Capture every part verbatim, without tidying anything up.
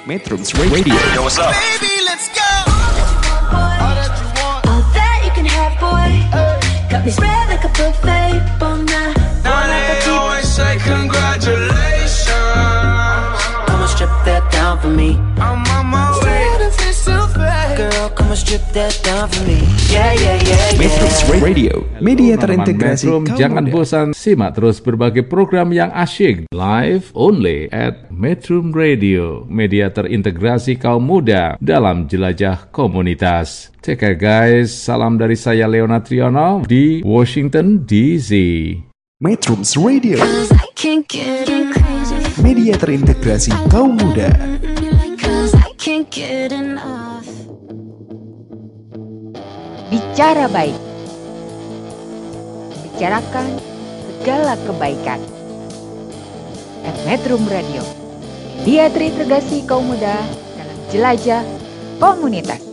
Metrums Radio. Yo, what's up? Baby, let's go. All that you want, all that you can have, boy. Got me spread like a buffet, bon night. Now they always say congratulations. Come on, strip that down for me. I'm on my way. Girl, come on, strip that down for me. Yeah, yeah, yeah, yeah. Metrums Radio, media Halo, terintegrasi Metrum, kaum jangan muda. bosan simak terus berbagai program yang asyik live only at Metrum Radio, media terintegrasi kaum muda dalam jelajah komunitas. Take care guys, salam dari saya Leona Triono di Washington D C. Metrums Radio, 'Cause I can't get crazy. media terintegrasi kaum muda. 'Cause I can't get enough. Bicara baik, bicarakan segala kebaikan. At Metrum Radio, media terintegrasi kaum muda dalam jelajah komunitas.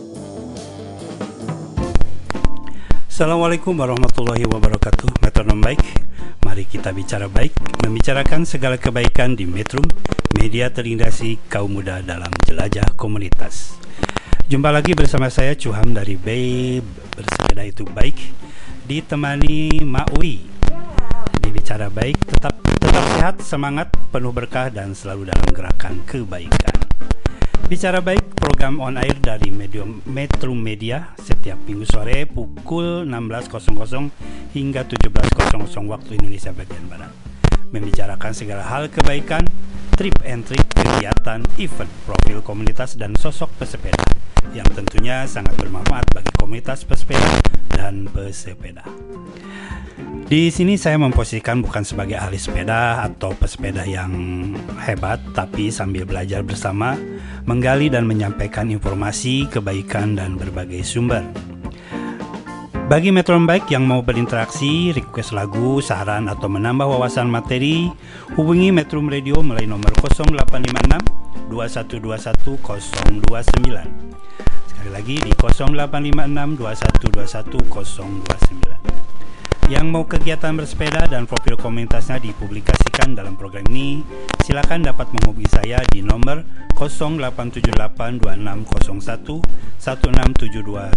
Assalamualaikum warahmatullahi wabarakatuh. Metronom baik, mari kita bicara baik, membicarakan segala kebaikan di Metrum, media terintegrasi kaum muda dalam jelajah komunitas. Jumpa lagi bersama saya Cuham dari Bay Bersepeda Itu Baik, ditemani Maui. Di Bicara Baik, tetap tetap sehat, semangat, penuh berkah dan selalu dalam gerakan kebaikan. Bicara Baik, program on air dari medium Metrum Media setiap minggu sore pukul enam belas hingga tujuh belas waktu Indonesia bagian Barat. Membicarakan segala hal kebaikan, trip and trick, kegiatan, event, profil komunitas dan sosok pesepeda yang tentunya sangat bermanfaat bagi komunitas pesepeda dan pesepeda. Di sini saya memposisikan bukan sebagai ahli sepeda atau pesepeda yang hebat, tapi sambil belajar bersama, menggali dan menyampaikan informasi, kebaikan dan berbagai sumber. Bagi Metron Baik yang mau berinteraksi, request lagu, saran atau menambah wawasan materi, hubungi Metrum Radio melalui nomor nol delapan lima enam dua satu dua satu nol dua sembilan. Sekali lagi di nol delapan lima enam dua satu dua satu nol dua sembilan. Yang mau kegiatan bersepeda dan profil komunitasnya dipublikasikan dalam program ini, silakan dapat menghubungi saya di nomor nol delapan tujuh delapan dua enam nol satu satu enam tujuh dua.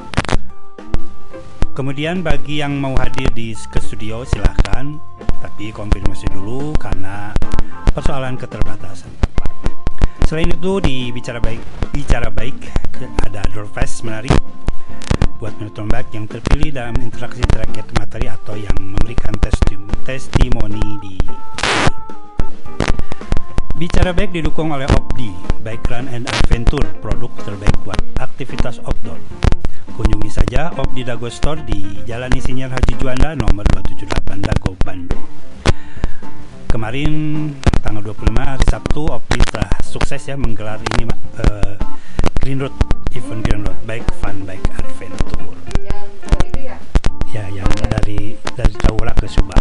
Kemudian bagi yang mau hadir di ke studio silahkan, tapi konfirmasi dulu karena persoalan keterbatasan tempat. Selain itu di Bicara Baik, Bicara Baik ada Doorfest menarik buat Metron Baik yang terpilih dalam interaksi terakhir materi atau yang memberikan testi- testimoni di Bicara Baik didukung oleh Opdi, Bike Run and Adventure, produk terbaik buat aktivitas outdoor. Kunjungi saja Opdi Dago Store di Jalan Insinyur Haji Juanda nomor dua tujuh delapan Dago, Bandung. Kemarin tanggal dua puluh lima hari Sabtu, Opdi telah sukses ya menggelar ini uh, Green Road, event Green Road, Bike Fun Bike Adventure. Yang itu ya? Ya, yang dari dari Tawula ke Subang.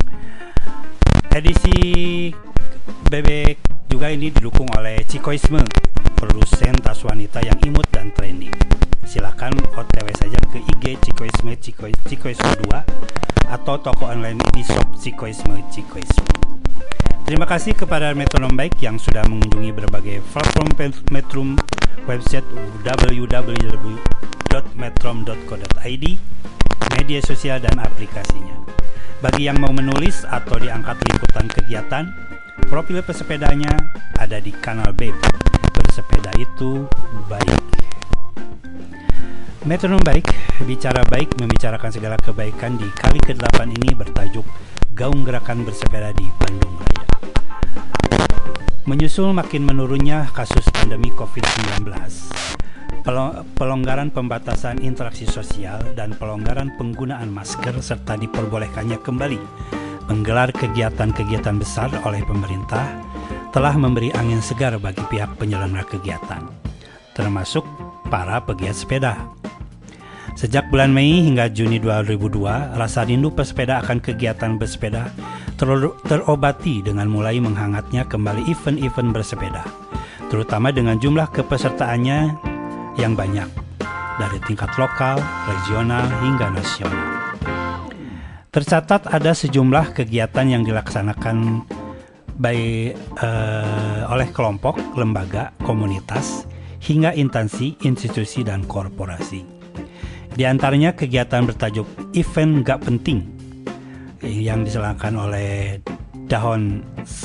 Edisi Bebek juga ini didukung oleh Cikoisme, produsen tas wanita yang imut dan trendy. Silakan O T W saja ke I G Cikoisme Cikois, Cikoisme dua atau toko online di shop Cikoisme Cikoisme. Terima kasih kepada Metronom Baik yang sudah mengunjungi berbagai platform Metrum, website w w w dot metrom dot co dot i d, media sosial dan aplikasinya. Bagi yang mau menulis atau diangkat liputan kegiatan, profil pesepedanya ada di kanal B. Bersepeda itu baik. Metronom Baik, bicara baik, membicarakan segala kebaikan di kali kedelapan ini bertajuk Gaung Gerakan Bersepeda di Bandung Raya. Menyusul makin menurunnya kasus pandemi covid sembilan belas, pelonggaran pembatasan interaksi sosial dan pelonggaran penggunaan masker serta diperbolehkannya kembali menggelar kegiatan-kegiatan besar oleh pemerintah telah memberi angin segar bagi pihak penyelenggara kegiatan, termasuk para pegiat sepeda. Sejak bulan Mei hingga Juni dua ribu dua, rasa rindu pesepeda akan kegiatan bersepeda ter- terobati dengan mulai menghangatnya kembali event-event bersepeda, terutama dengan jumlah kepesertaannya yang banyak, dari tingkat lokal, regional, hingga nasional. Tercatat ada sejumlah kegiatan yang dilaksanakan baik uh, oleh kelompok, lembaga, komunitas, hingga instansi, institusi, dan korporasi. Di antaranya kegiatan bertajuk Event Gak Penting yang diselenggarakan oleh Daun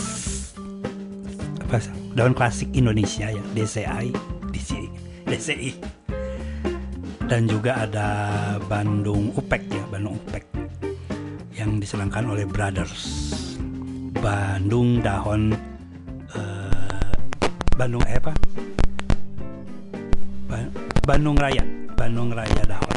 apa, Daun Klasik Indonesia ya, D C I, D C I. Dan juga ada Bandung U P E K ya, Bandung U P E K yang diselenggarakan oleh Brothers. Bandung Dahon uh, Bandung eh, apa? Ba- Bandung Raya, Bandung Raya Dahon.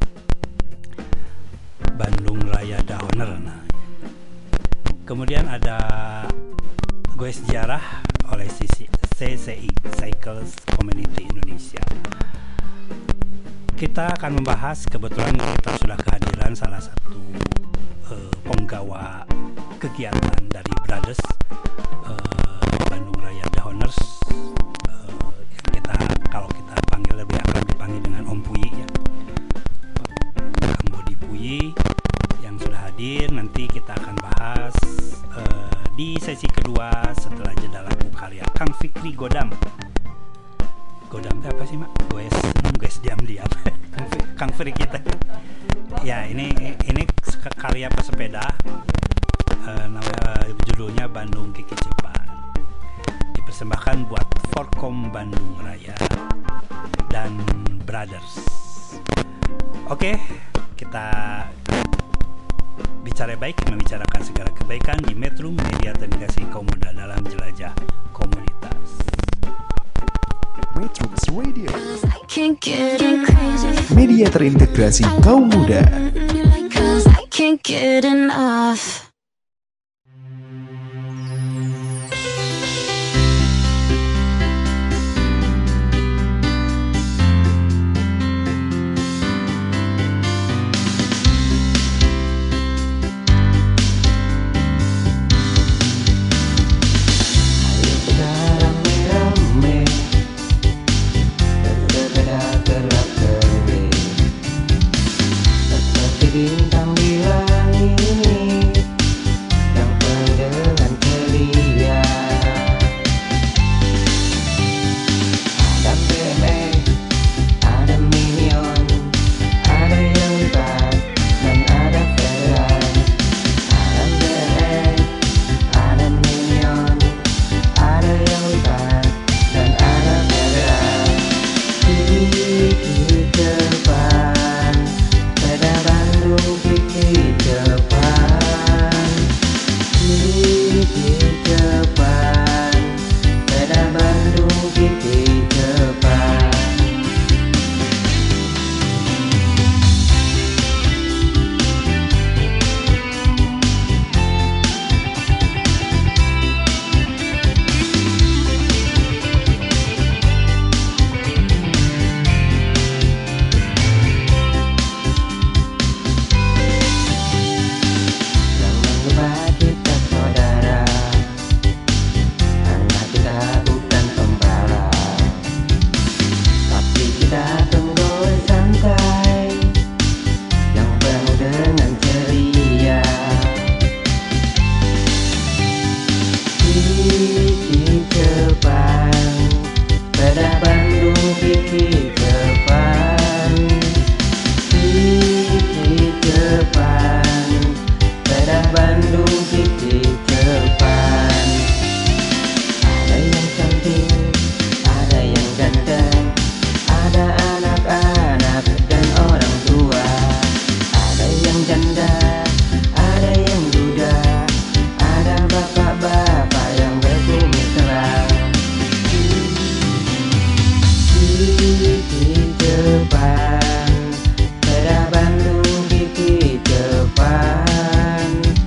Bandung Raya Dahoner. Nah. Kemudian ada Goes Sejarah oleh C C I, Cycles Community Indonesia. Kita akan membahas, kebetulan kita sudah kehadiran salah satu uh, penggawa kegiatan dari Brothers uh, Bandung Raya Dahoners, uh, yang kita kalau kita panggil lebih akrab dipanggil dengan Om Puyi ya, Kang Budi Puyi yang sudah hadir. Nanti kita akan bahas uh, di sesi kedua setelah jeda lagu karya Kang Fikri Godam. Godam itu apa sih mak? Guys, guys diam-diam. Kang, Kang Fikri kita. Ya ini ini karya pesepeda. Uh, nama, judulnya Bandung Kiki Cipan, dipersembahkan buat Forkom Bandung Raya dan Brothers. Oke, kita bicara baik, membicarakan segala kebaikan di Metrum, media terintegrasi kaum muda dalam jelajah komunitas. Metrum Radio, Can't get crazy. media terintegrasi kaum muda. Cause I can't get enough. Bintang di langit yang penuh dengan ceria. Ada B M X, ada Minion, ada yang lipat dan ada Ferrari. Ada B M X, ada Minion, ada yang lipat dan ada Ferrari. Di depan sepeda Bandung Kiki depan, Kiki depan, sepeda Bandung Kiki depan. Jangan lupa kita saudara, karena kita bukan pembalap, tapi kita tenggoy santai yang penuh dengan ceria. Kiki depan, sepeda Bandung Kiki depan, Kiki depan, sepeda Bandung Kiki depan. Ada yang cantik, ada yang ganteng, ada anak-anak dan orang tua. Ada yang janda, ada yang duda, ada bapak-bapak yang berbumi kerang. Kiki depan, sepeda Bandung Kiki depan,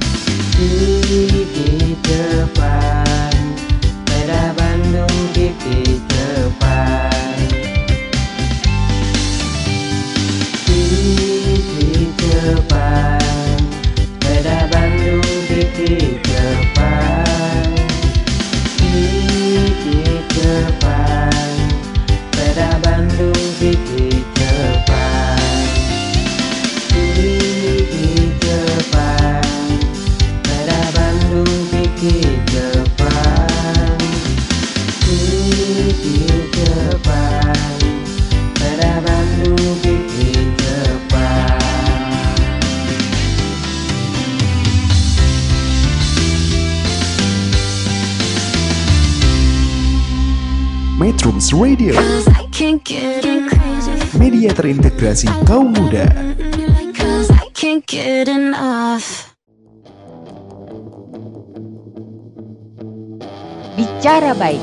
Kiki depan, sepeda Bandung Kiki depan. Kiki depan, sepeda Bandung Kiki depan, Kiki depan, sepeda Bandung Kiki depan. Bukit Jepang, pada Bandung Bukit Jepang. Metrums Radio, Cause I can't get crazy. media terintegrasi kaum muda. Cause I can't get enough. Bicara baik,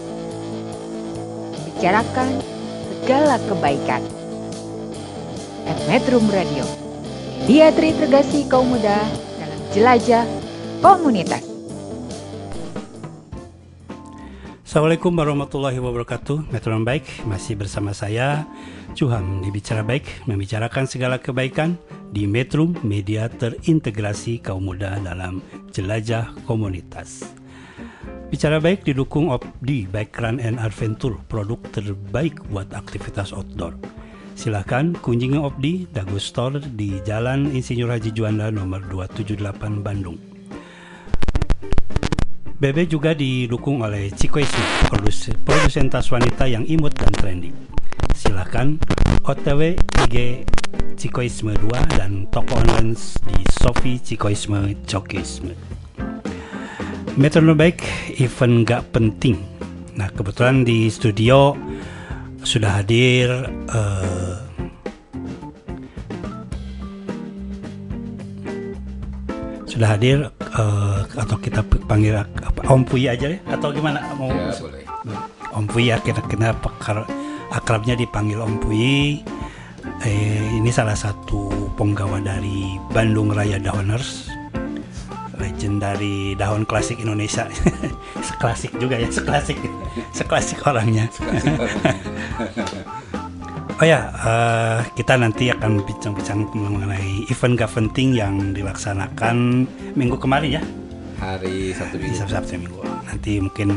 bicarakan segala kebaikan. At Metrum Radio, media terintegrasi kaum muda dalam jelajah komunitas. Assalamualaikum warahmatullahi wabarakatuh. Metronom Baik masih bersama saya Cuham di Bicara Baik, membicarakan segala kebaikan di Metrum, media terintegrasi kaum muda dalam jelajah komunitas. Bicara Baik didukung Opdi Bike Run and Adventure, produk terbaik buat aktivitas outdoor. Silahkan kunjungi Opdi Dago Store di Jalan Insinyur Haji Juanda nomor dua tujuh delapan Bandung. B B juga didukung oleh Cikoisme, produs- produsen tas wanita yang imut dan trendy. Silahkan O T W I G Cikoisme dua dan toko online di Sofi Cikoisme Cokisme. Metronom Baik, event gak penting. Nah, kebetulan di studio sudah hadir uh, sudah hadir uh, atau kita panggil apa, Om Puyi aja ya atau gimana mau? Ya, boleh. Om Puyi ya, kita kena akrabnya dipanggil Om Puyi. Eh, ini salah satu penggawa dari Bandung Raya Dawners, legend dari daun klasik Indonesia. Seklasik juga ya, seklasik, seklasik orangnya. Oh ya, uh, kita nanti akan bincang-bincang mengenai event gak penting yang dilaksanakan minggu kemarin ya. Hari Sabtu Di Minggu. Sabtu Minggu. Nanti mungkin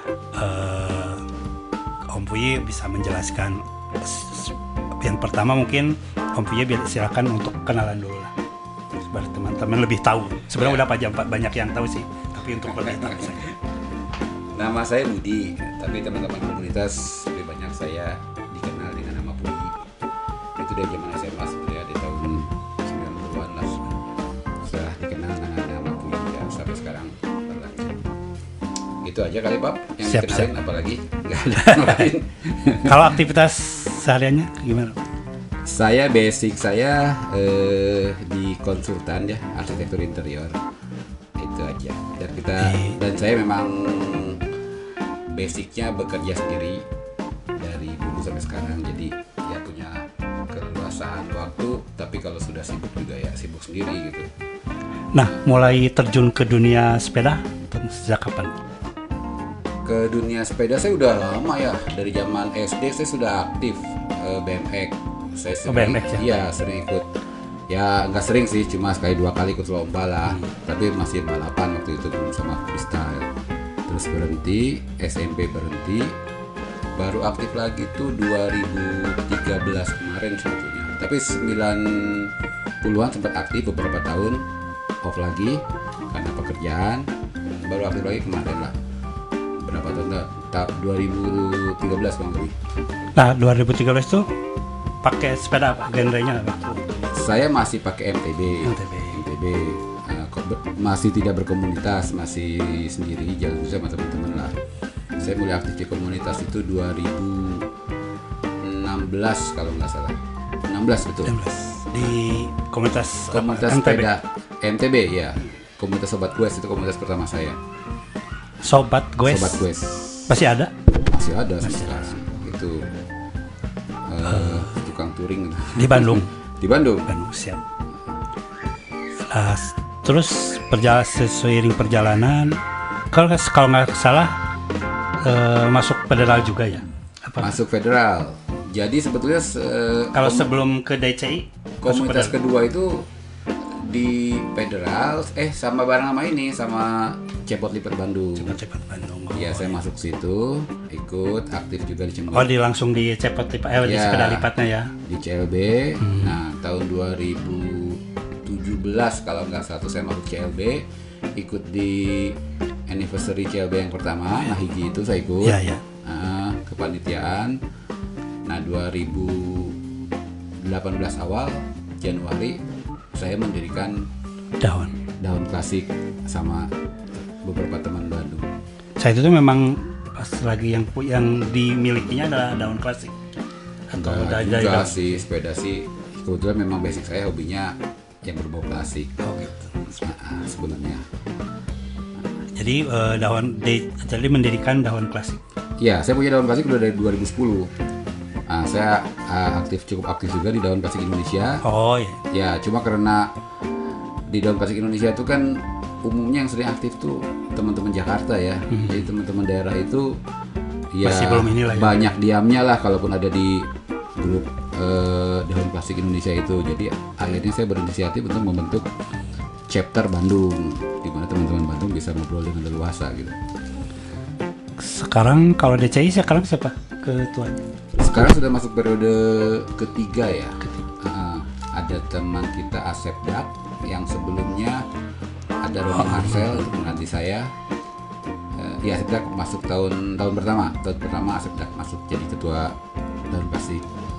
uh, Om Puyi bisa menjelaskan. Yang pertama mungkin Om Puyi silakan untuk kenalan dulu lah. Biar teman-teman lebih tahu. Sebenarnya Ya. udah banyak yang tahu sih, tapi untuk lebih tahu saja. Nama saya Budi, tapi teman-teman komunitas lebih banyak saya dikenal dengan nama Budi. Itu dari zaman S M A sebenarnya di tahun sembilan puluhan lah. Sudah dikenal dengan nama Budi ya, sampai sekarang berlanjut. Itu aja kali Pak yang Siap, dikenalin, siap. apalagi nggak ada yang lain. Kalau aktivitas sehariannya gimana? Saya basic saya eh, di konsultan ya, arsitektur interior. Itu aja. Dan kita Eh. dan saya memang basicnya bekerja sendiri dari dulu sampai sekarang. Jadi ya punya keleluasaan waktu, tapi kalau sudah sibuk juga ya sibuk sendiri gitu. Nah, mulai terjun ke dunia sepeda sejak kapan? Ke dunia sepeda saya udah lama ya, dari zaman S D saya sudah aktif eh, B M X. Saya Oh, sering, B M X ya? Iya sering ikut. Ya nggak sering sih, cuma sekali dua kali ikut lomba lah. Hmm. Tapi masih balapan waktu itu belum sama freestyle. Terus berhenti, S M P berhenti. Baru aktif lagi tuh dua ribu tiga belas kemarin sebetulnya. Tapi sembilan puluhan sempat aktif beberapa tahun, off lagi karena pekerjaan. Baru aktif lagi kemarin lah. Berapa tahun? Ta- dua ribu tiga belas kurang lebih. Nah, dua ribu tiga belas itu pakai sepeda apa? Genrenya apa? Saya masih pakai M T B. M T B. M T B. Uh, ko- ber- masih tidak berkomunitas, masih sendiri jalan sama teman-teman lah. Saya mulai aktif di komunitas itu dua ribu enam belas kalau nggak salah. enam belas betul. enam belas Di komunitas, Komunitas apa? M T B. sepeda M T B ya. Komunitas Sobat Quest itu komunitas pertama saya. Sobat Goes. Sobat Quest. Masih ada? Masih ada sampai sekarang. Itu uh, tukang touring Di Bandung. di Bandung. Bandung, siap. Nah, terus perjalanan seiring perjalanan, kalau kalau nggak salah eh, masuk federal juga ya? Apa? Masuk federal. Jadi sebetulnya se- Kalau kom- sebelum ke D C I, masuk komunitas federal. kedua itu di federal eh sama bareng sama ini sama Cepot Lipat Bandung. Cepat-cepat Bandung. Iya, saya masuk situ, ikut aktif juga di Cember. Oh, di langsung di cepot lipat, eh, di Ya. sepeda lipatnya ya. Di C L B. Nah, tahun dua ribu tujuh belas kalau nggak salah tuh saya masuk C L B, ikut di anniversary C L B yang pertama, nah hiji itu saya ikut. Iya, iya. Nah, ke kepanitiaan. Nah dua ribu delapan belas awal Januari saya mendirikan Daun. Daun Klasik sama beberapa teman Bandung. Saya itu tuh memang pas lagi yang yang dimilikinya adalah Daun Klasik. Atau Enggak dari- juga dari- sih, sepeda sih kebetulan memang basic saya hobinya yang berbau klasik. Oh gitu. Nah, sebenarnya. Jadi eh, Daun de, jadi mendirikan Daun Klasik. Ya, saya punya Daun Klasik udah dari dua ribu sepuluh. Nah, saya uh, aktif cukup aktif juga di Daun Klasik Indonesia. Oh iya. Ya, cuma karena di Daun Klasik Indonesia itu kan umumnya yang sering aktif tuh teman-teman Jakarta ya. Hmm. Jadi teman-teman daerah itu ya Masih belum inilah ya. banyak diamnya lah kalaupun ada di grup eh, Daun Klasik Indonesia itu. Jadi akhirnya saya berinisiatif untuk membentuk chapter Bandung, di mana teman-teman Bandung bisa ngobrol dengan leluasa gitu. Sekarang kalau D C I sekarang siapa ketuanya? Sekarang sudah masuk periode ketiga ya. Uh, ada teman kita Asep Dak yang sebelumnya ada Roni Marcel untuk mengganti saya. Uh, ya Asep Dak masuk tahun tahun pertama. Tahun pertama Asep Dak masuk jadi ketua Daun Klasik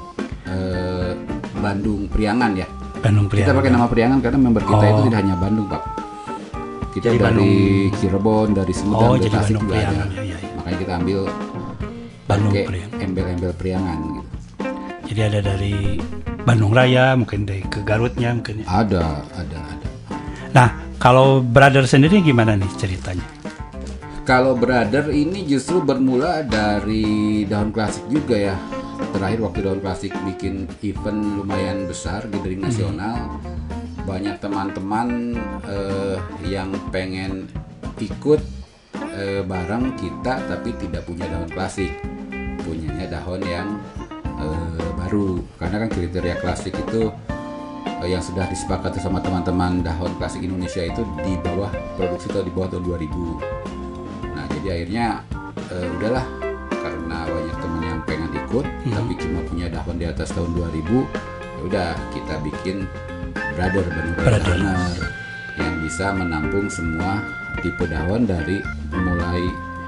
uh, Bandung Priangan ya. Bandung Kita Priangan. pakai nama Priangan karena member kita Oh. itu tidak hanya Bandung, Pak. Kita Jadi dari Bandung- Cirebon, dari Sumedang, Oh, dari jadi Tasik Bandung juga ada. Priangan, ya, ya, ya. Makanya kita ambil Bandung pakai Priangan. embel-embel Priangan gitu. Jadi ada dari Bandung Raya, mungkin dari ke Garutnya mungkin. ya. Ada, ada, ada. Nah, kalau Brother sendiri gimana nih ceritanya? Kalau Brother ini justru bermula dari Daun Klasik juga ya. Terakhir waktu Daun Klasik bikin event lumayan besar gathering nasional, banyak teman-teman eh, yang pengen ikut eh, bareng kita tapi tidak punya Daun Klasik, punyanya daun yang eh, baru. Karena kan kriteria klasik itu eh, yang sudah disepakati sama teman-teman Daun Klasik Indonesia itu di bawah produksi atau di bawah tahun dua ribu. Nah jadi akhirnya eh, udahlah, karena banyak teman yang pengen ikut Hmm. tapi cuma punya daun di atas tahun dua ribu, ya udah kita bikin Brother Bandung Raya Brother. Runner yang bisa menampung semua tipe daun dari mulai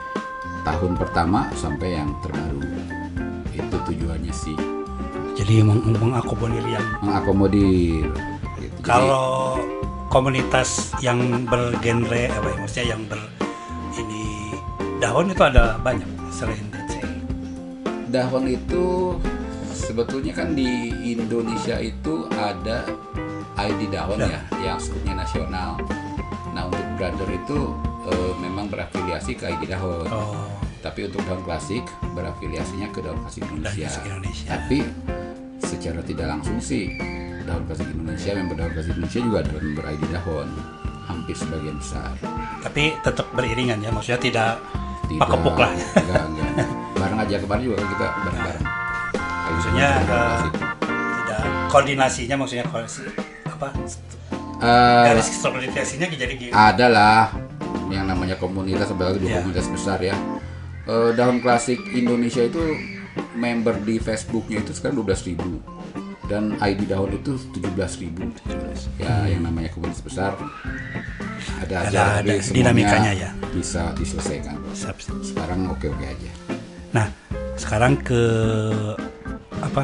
tahun pertama sampai yang terbaru. Itu tujuannya sih, Jadi meng- mengakomodir yang mengakomodir gitu. Jadi, kalau komunitas yang bergenre apa ya, maksudnya yang ber ini daun itu ada banyak selain D C I. daun itu sebetulnya kan di Indonesia itu ada I D daun ya, yang skupnya nasional. Nah untuk Brother itu eh, memang berafiliasi ke I D daun. Oh, Tapi untuk Daun Klasik berafiliasinya ke Daun Klasik Indonesia. Daun Klasik Indonesia. Tapi secara tidak langsung sih Daun Klasik Indonesia, member Daun Klasik Indonesia juga adalah member I D daun, hampir sebagian besar. tapi tetap beriringan ya, maksudnya tidak Tidak, pakepuk lah. Enggak, enggak. Bareng aja kemarin juga kan kita bareng-bareng. Kalau Maksudnya Daun eh, Klasik. tidak koordinasinya, maksudnya koordinasi apa? Eh, Garis koordinasinya jadi gitu. ada lah yang namanya komunitas, apalagi di Iya. komunitas besar ya. Eh, Daun Klasik Indonesia itu member di Facebooknya itu sekarang dua belas ribu dan I D daun itu tujuh belas ribu. Ya yang namanya komunitas besar ada aja, Ada- tapi ada semuanya dinamikanya ya. bisa diselesaikan. Siap. Sekarang oke-oke aja. Nah, sekarang ke apa?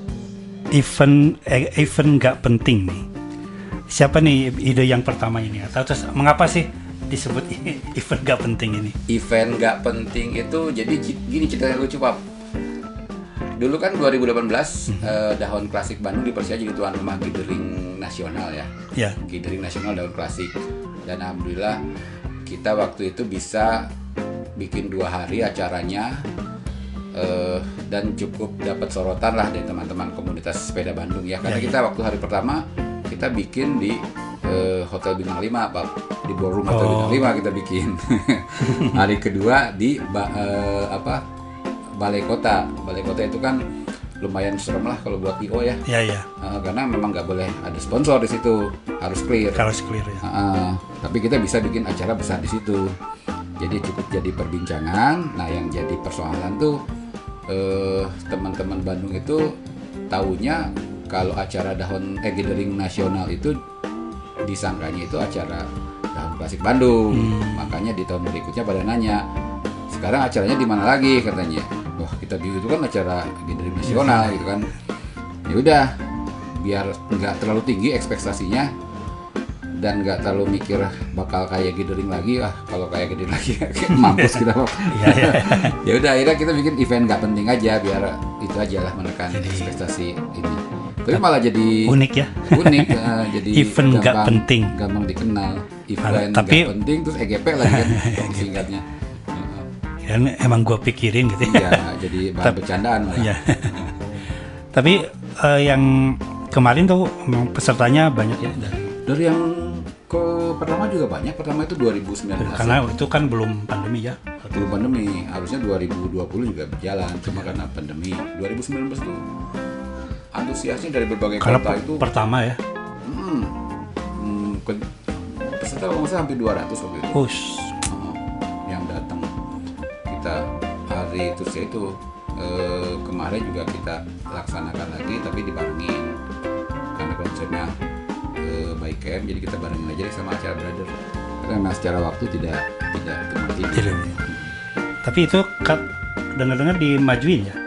Event eh, event nggak penting nih. Siapa nih ide yang pertama ini? Atau terus mengapa sih disebut event nggak penting ini? Event nggak penting itu jadi ci- gini ceritanya lucu, Pak. Dulu kan dua ribu delapan belas eh, Daun Klasik Bandung dipercaya jadi tuan rumah gathering nasional ya. Ya, Gathering nasional Daun Klasik. Dan alhamdulillah kita waktu itu bisa bikin dua hari acaranya eh, dan cukup dapat sorotan lah dari teman-teman komunitas sepeda Bandung ya. Karena Ya, ya. kita waktu hari pertama kita bikin di eh, Hotel Bintang lima, Pak. Di ballroom Hotel Oh. Bintang lima kita bikin. Hari kedua di ba- eh, apa? Balai Kota. Balai Kota itu kan lumayan serem lah kalau buat I O ya. ya, ya. Eh, karena memang nggak boleh ada sponsor di situ, harus clear. Kalau clear ya. Uh, tapi kita bisa bikin acara besar di situ, jadi cukup jadi perbincangan. Nah yang jadi persoalan tuh eh, teman-teman Bandung itu taunya kalau acara daun eh, gathering nasional itu disangkanya itu acara Daun Klasik Bandung. Makanya di tahun berikutnya pada nanya, sekarang acaranya di mana lagi katanya. Wah kita kita bikin itu kan acara gathering nasional gitu kan. Ya udah, biar nggak terlalu tinggi ekspektasinya dan nggak terlalu mikir bakal kayak gathering lagi. Ah kalau kayak gathering lagi mampus kita. Ya udah akhirnya kita bikin event nggak penting aja, biar itu aja lah menekan jadi, ekspektasi ini. Tapi malah jadi unik ya. Unik, uh, jadi event nggak penting, gampang dikenal. Event tapi nggak penting terus E G P lagi kan singkatnya. Dan emang gue pikirin gitu ya. Iya, jadi bahan bercandaan malah. Iya. Tapi uh, yang kemarin tuh memang pesertanya banyak ya. Dari yang ke pertama juga banyak. Pertama itu dua ribu sembilan belas. Karena itu kan belum pandemi ya. Belum pandemi. Harusnya dua ribu dua puluh juga berjalan. Cuma karena pandemi. dua ribu sembilan belas itu antusiasnya dari berbagai karena kota pe- itu. Pertama ya. Hmm. hmm ke- peserta kalau nggak salah hampir dua ratus waktu itu. Ush. Uh, yang datang. Kita hari terus ya itu eh, kemarin juga kita laksanakan lagi tapi dibarengin. Karena konsepnya by camp, jadi kita barengin aja deh sama acara brother. Karena memang secara waktu tidak tidak terbagi. Tapi itu dengar-dengar dimajuin ya?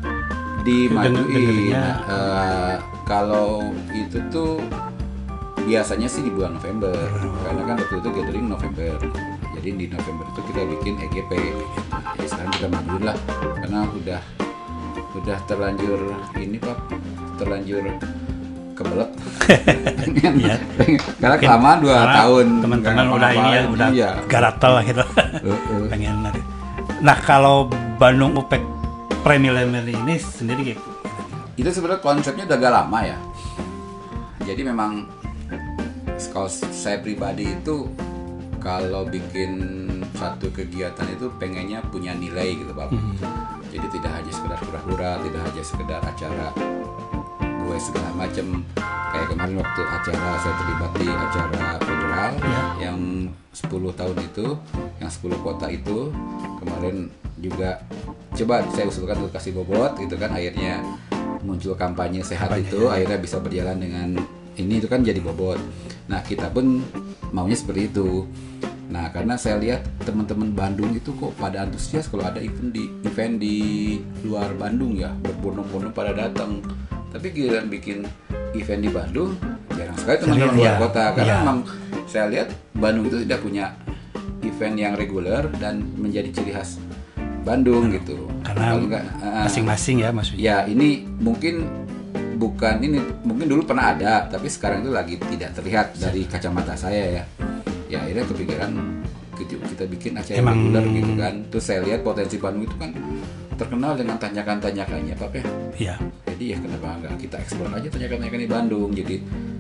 Dimajuin. Uh, kalau itu tuh biasanya sih di bulan November. Hmm. Karena kan waktu itu gathering November. Jadi di November itu kita bikin E G P. Jadi sekarang kita majuin lah. Karena udah udah terlanjur ini Pak, terlanjur kebelet. Ya. Karena kelamaan dua tahun teman-teman udah ini ya, udah iya. Garatel lah gitu. Uh-uh. Pengen lari. Nah kalau Bandung U P E C Premillennial ini sendiri gitu. Itu sebenarnya konsepnya udah agak lama ya. Jadi memang kalau saya pribadi itu kalau bikin satu kegiatan itu pengennya punya nilai gitu Pak. Mm-hmm. Jadi tidak hanya sekedar hura-hura, tidak hanya sekedar acara gue segala macam. Kayak kemarin waktu acara saya terlibat di acara federal ya. Yang sepuluh tahun itu, yang sepuluh kota itu kemarin juga coba saya usulkan untuk kasih bobot gitu kan, akhirnya muncul kampanye sehat kampanye. Itu akhirnya bisa berjalan dengan ini itu kan jadi bobot. Nah kita pun maunya seperti itu. Nah karena saya lihat teman-teman Bandung itu kok pada antusias kalau ada event di event di luar Bandung ya, berbondong-bondong pada datang. Tapi giliran bikin event di Bandung jarang sekali teman-teman luar ya, kota karena ya. Memang saya lihat Bandung itu tidak punya event yang reguler dan menjadi ciri khas Bandung hmm. gitu. Karena enggak, masing-masing ya maksudnya. Ya ini mungkin bukan ini mungkin dulu pernah ada tapi sekarang itu lagi tidak terlihat dari kacamata saya ya. Ya akhirnya kepikiran kita, kita bikin acara Emang... reguler gitu kan. Terus saya lihat potensi Bandung itu kan terkenal dengan tanyakan-tanyakannya Pak ya. Iya. Jadi ya kenapa enggak kita eksplor aja tanyakan-tanyakan di Bandung. Jadi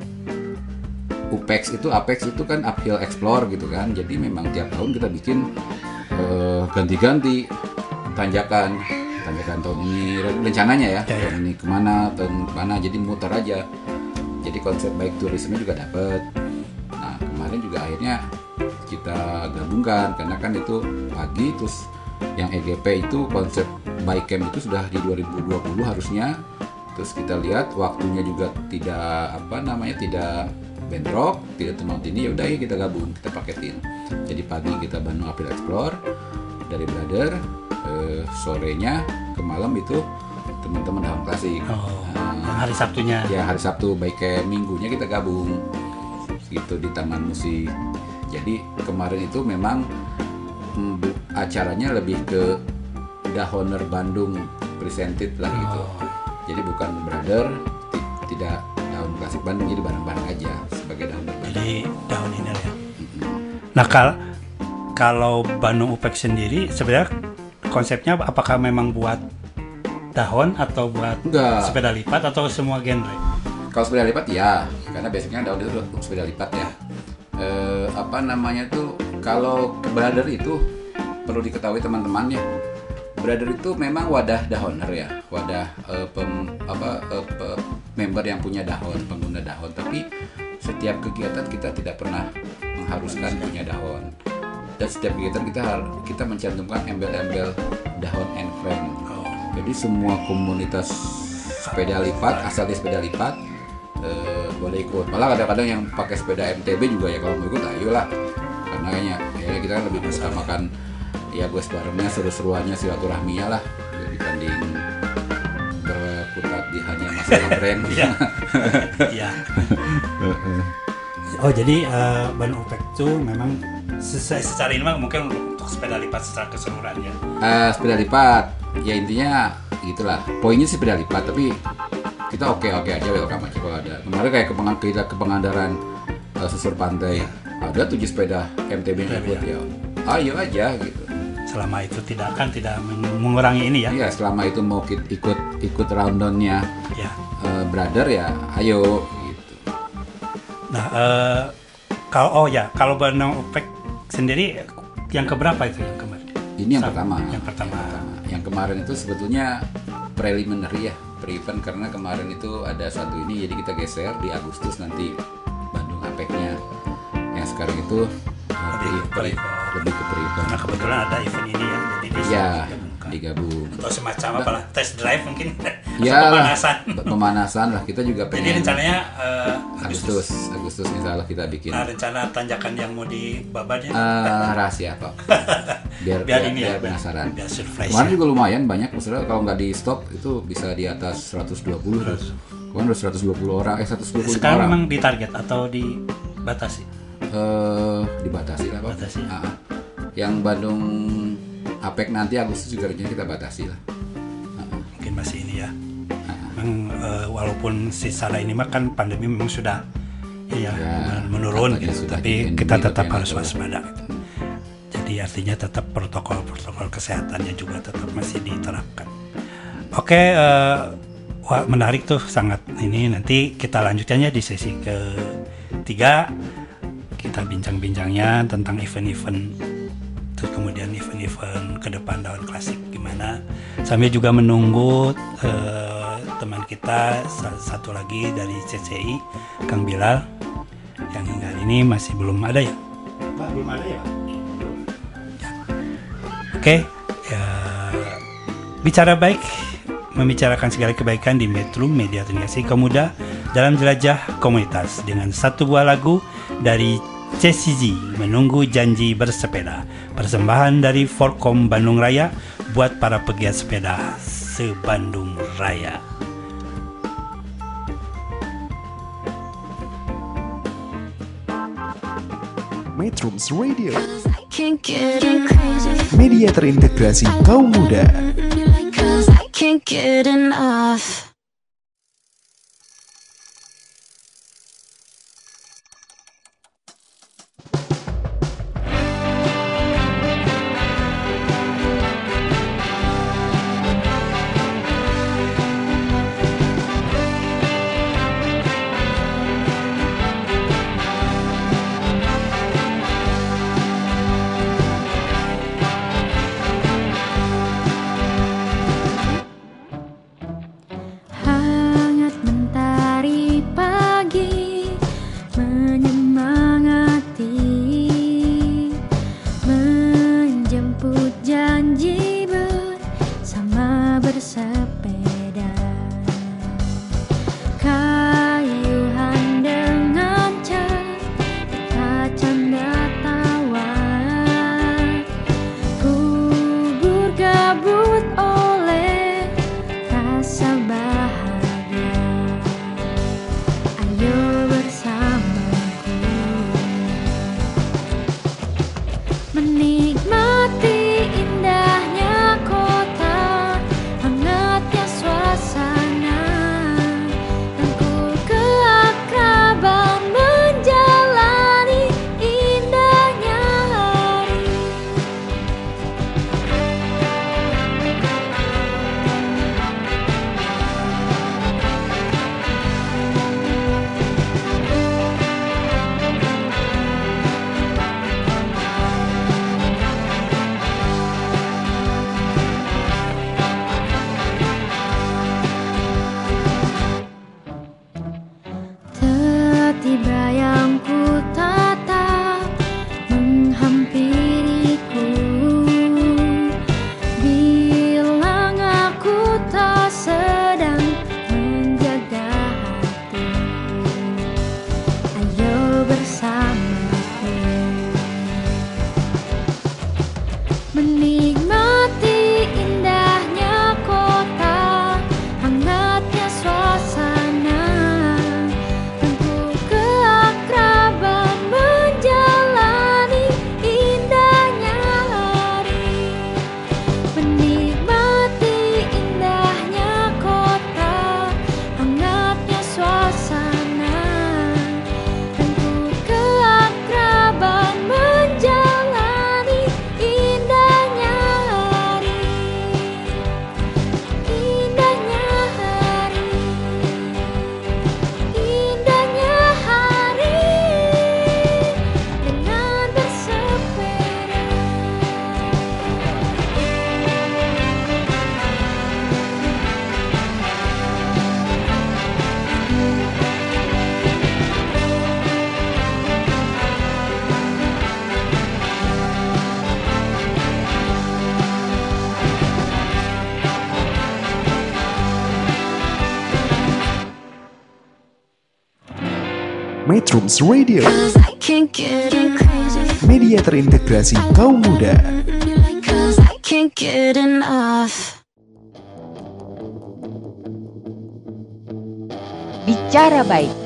U P E C itu Apex itu kan uphill explore gitu kan. Jadi memang tiap tahun kita bikin uh, ganti-ganti tanjakan. Tanjakan tahun ini rencananya ya. ya tahun ya. Ini kemana, tahun mana. Jadi muter aja. Jadi konsep baik turisme juga dapat. Nah kemarin juga akhirnya kita gabungkan karena kan itu pagi terus yang E G P itu konsep bike camp itu sudah di dua ribu dua puluh harusnya. Terus kita lihat waktunya juga tidak apa namanya tidak bentrok, tidak tumpang tindih. Ya udah ya kita gabung, kita paketin. Jadi pagi kita Bandung Uphill Explore dari Brother, eh, sorenya ke malam itu teman-teman Dahon Klasik. Oh, nah, hari Sabtunya. Ya hari Sabtu bike camp, minggunya kita gabung gitu di Taman Musik. Jadi kemarin itu memang hmm, acaranya lebih ke Dahoner Bandung presented lah gitu. Oh. Jadi bukan Brother, t- tidak Dahon Klasik Bandung, jadi bareng-bareng aja sebagai Dahoner Bandung. Jadi Dahon ini ya. Mm-hmm. Nah kal- kalau Bandung U P E C sendiri sebenarnya konsepnya apakah memang buat Dahon atau buat Enggak. sepeda lipat atau semua genre? Kalau sepeda lipat ya, karena basicnya Dahon itu sepeda lipat ya. E, apa namanya tuh kalau Brother itu perlu diketahui teman-teman ya. Brother itu memang wadah Dahoner ya, wadah uh, pem, apa, uh, pe, member yang punya Dahon, pengguna Dahon. Tapi setiap kegiatan kita tidak pernah mengharuskan punya Dahon. Dan setiap kegiatan kita kita mencantumkan embel-embel Dahon and Friend. Jadi semua komunitas sepeda lipat, asal dia sepeda lipat uh, boleh ikut. Malah kadang-kadang yang pakai sepeda M T B juga ya kalau mau ikut, ayolah. Karena kayaknya ya kita kan lebih mengutamakan ya gue barengnya seru-seruannya silaturahminya lah dibanding sama brand. Iya. Iya. Oh jadi uh, ban opek itu memang se- secara ini mah mungkin untuk sepeda lipat secara keseluruhan ya. Uh, sepeda lipat, ya intinya gitulah. Poinnya sih sepeda lipat, tapi kita oke oke aja welcome aja kalau ada. Kemarin kayak ke Peng- kita ke Pangandaran uh, susur pantai, ada tujuh sepeda M T B yang ikut ya. Ayo aja gitu. Selama itu tidak akan tidak mengurangi ini ya. Iya, selama itu mau kit- ikut ikut rundownnya Ya. uh, brother ya, ayo gitu. Nah, uh, kalau oh ya, kalau ban opek sendiri yang keberapa itu yang kemarin? Ini yang Sama, pertama. Yang pertama. Yang pertama. Yang kemarin itu sebetulnya preliminary ya, pre-event karena kemarin itu ada satu ini jadi kita geser di Agustus nanti Bandung Apeknya. Yang sekarang itu uh, Lebih ke pre- pre-event. lebih ke pre-event. Karena kebetulan ada event ini ya, jadi di Ya, digabungkan. digabung. Atau semacam apalah test drive mungkin. Ya, Atau pemanasan. pemanasan lah. Kita juga Jadi pengen rencananya uh, Agustus, Agustus insya Allah kita bikin. Nah, rencana tanjakan yang mau dibabatnya Eh, rahasia kok. Biar biar biar, ini biar ya, penasaran. biar surprise. Kemarin ya. juga lumayan banyak, maksudnya kalau nggak di stop itu bisa di atas seratus dua puluh tuh. Kemarin udah seratus dua puluh orang, eh seratus dua puluh Sekarang orang. memang ditarget atau dibatasi? Eh, dibatasi lah Pak. Batasi. Ah, ah. Yang Bandung Apek nanti Agustus juga rencana kita batasi lah. Ah, ah. Mungkin masih ini ya. Ah, ah. Memang eh, walaupun secara ini mah kan pandemi memang sudah ya, Ya, menurun katanya gitu, sudah tapi di- kita di- tetap di- harus di- waspada gitu. Jadi artinya tetap protokol-protokol kesehatannya juga tetap masih diterapkan. Oke, eh, wah menarik tuh sangat ini. Nanti kita lanjutkannya di sesi ketiga. Kita bincang-bincangnya tentang event-event, terus kemudian event-event ke depan Daun Klasik gimana. Sambil juga menunggu eh, teman kita sa- satu lagi dari C C I, Kang Bilal, yang hingga hari ini masih belum ada ya? Pak, belum ada ya, Pak? Ya. Oke, ya, bicara baik, membicarakan segala kebaikan di Metro Media Terintegrasi Kaum Muda dalam jelajah komunitas dengan satu buah lagu dari C C G, Menunggu Janji Bersepeda, persembahan dari Forkom Bandung Raya buat para pegiat sepeda se-Bandung Raya. Metrums Radio, Can't get crazy. media terintegrasi kaum muda. Cause I can't get enough. Metrums Radio, Cause I can't get enough. media terintegrasi kaum muda. Cause I can't get enough. Bicara baik.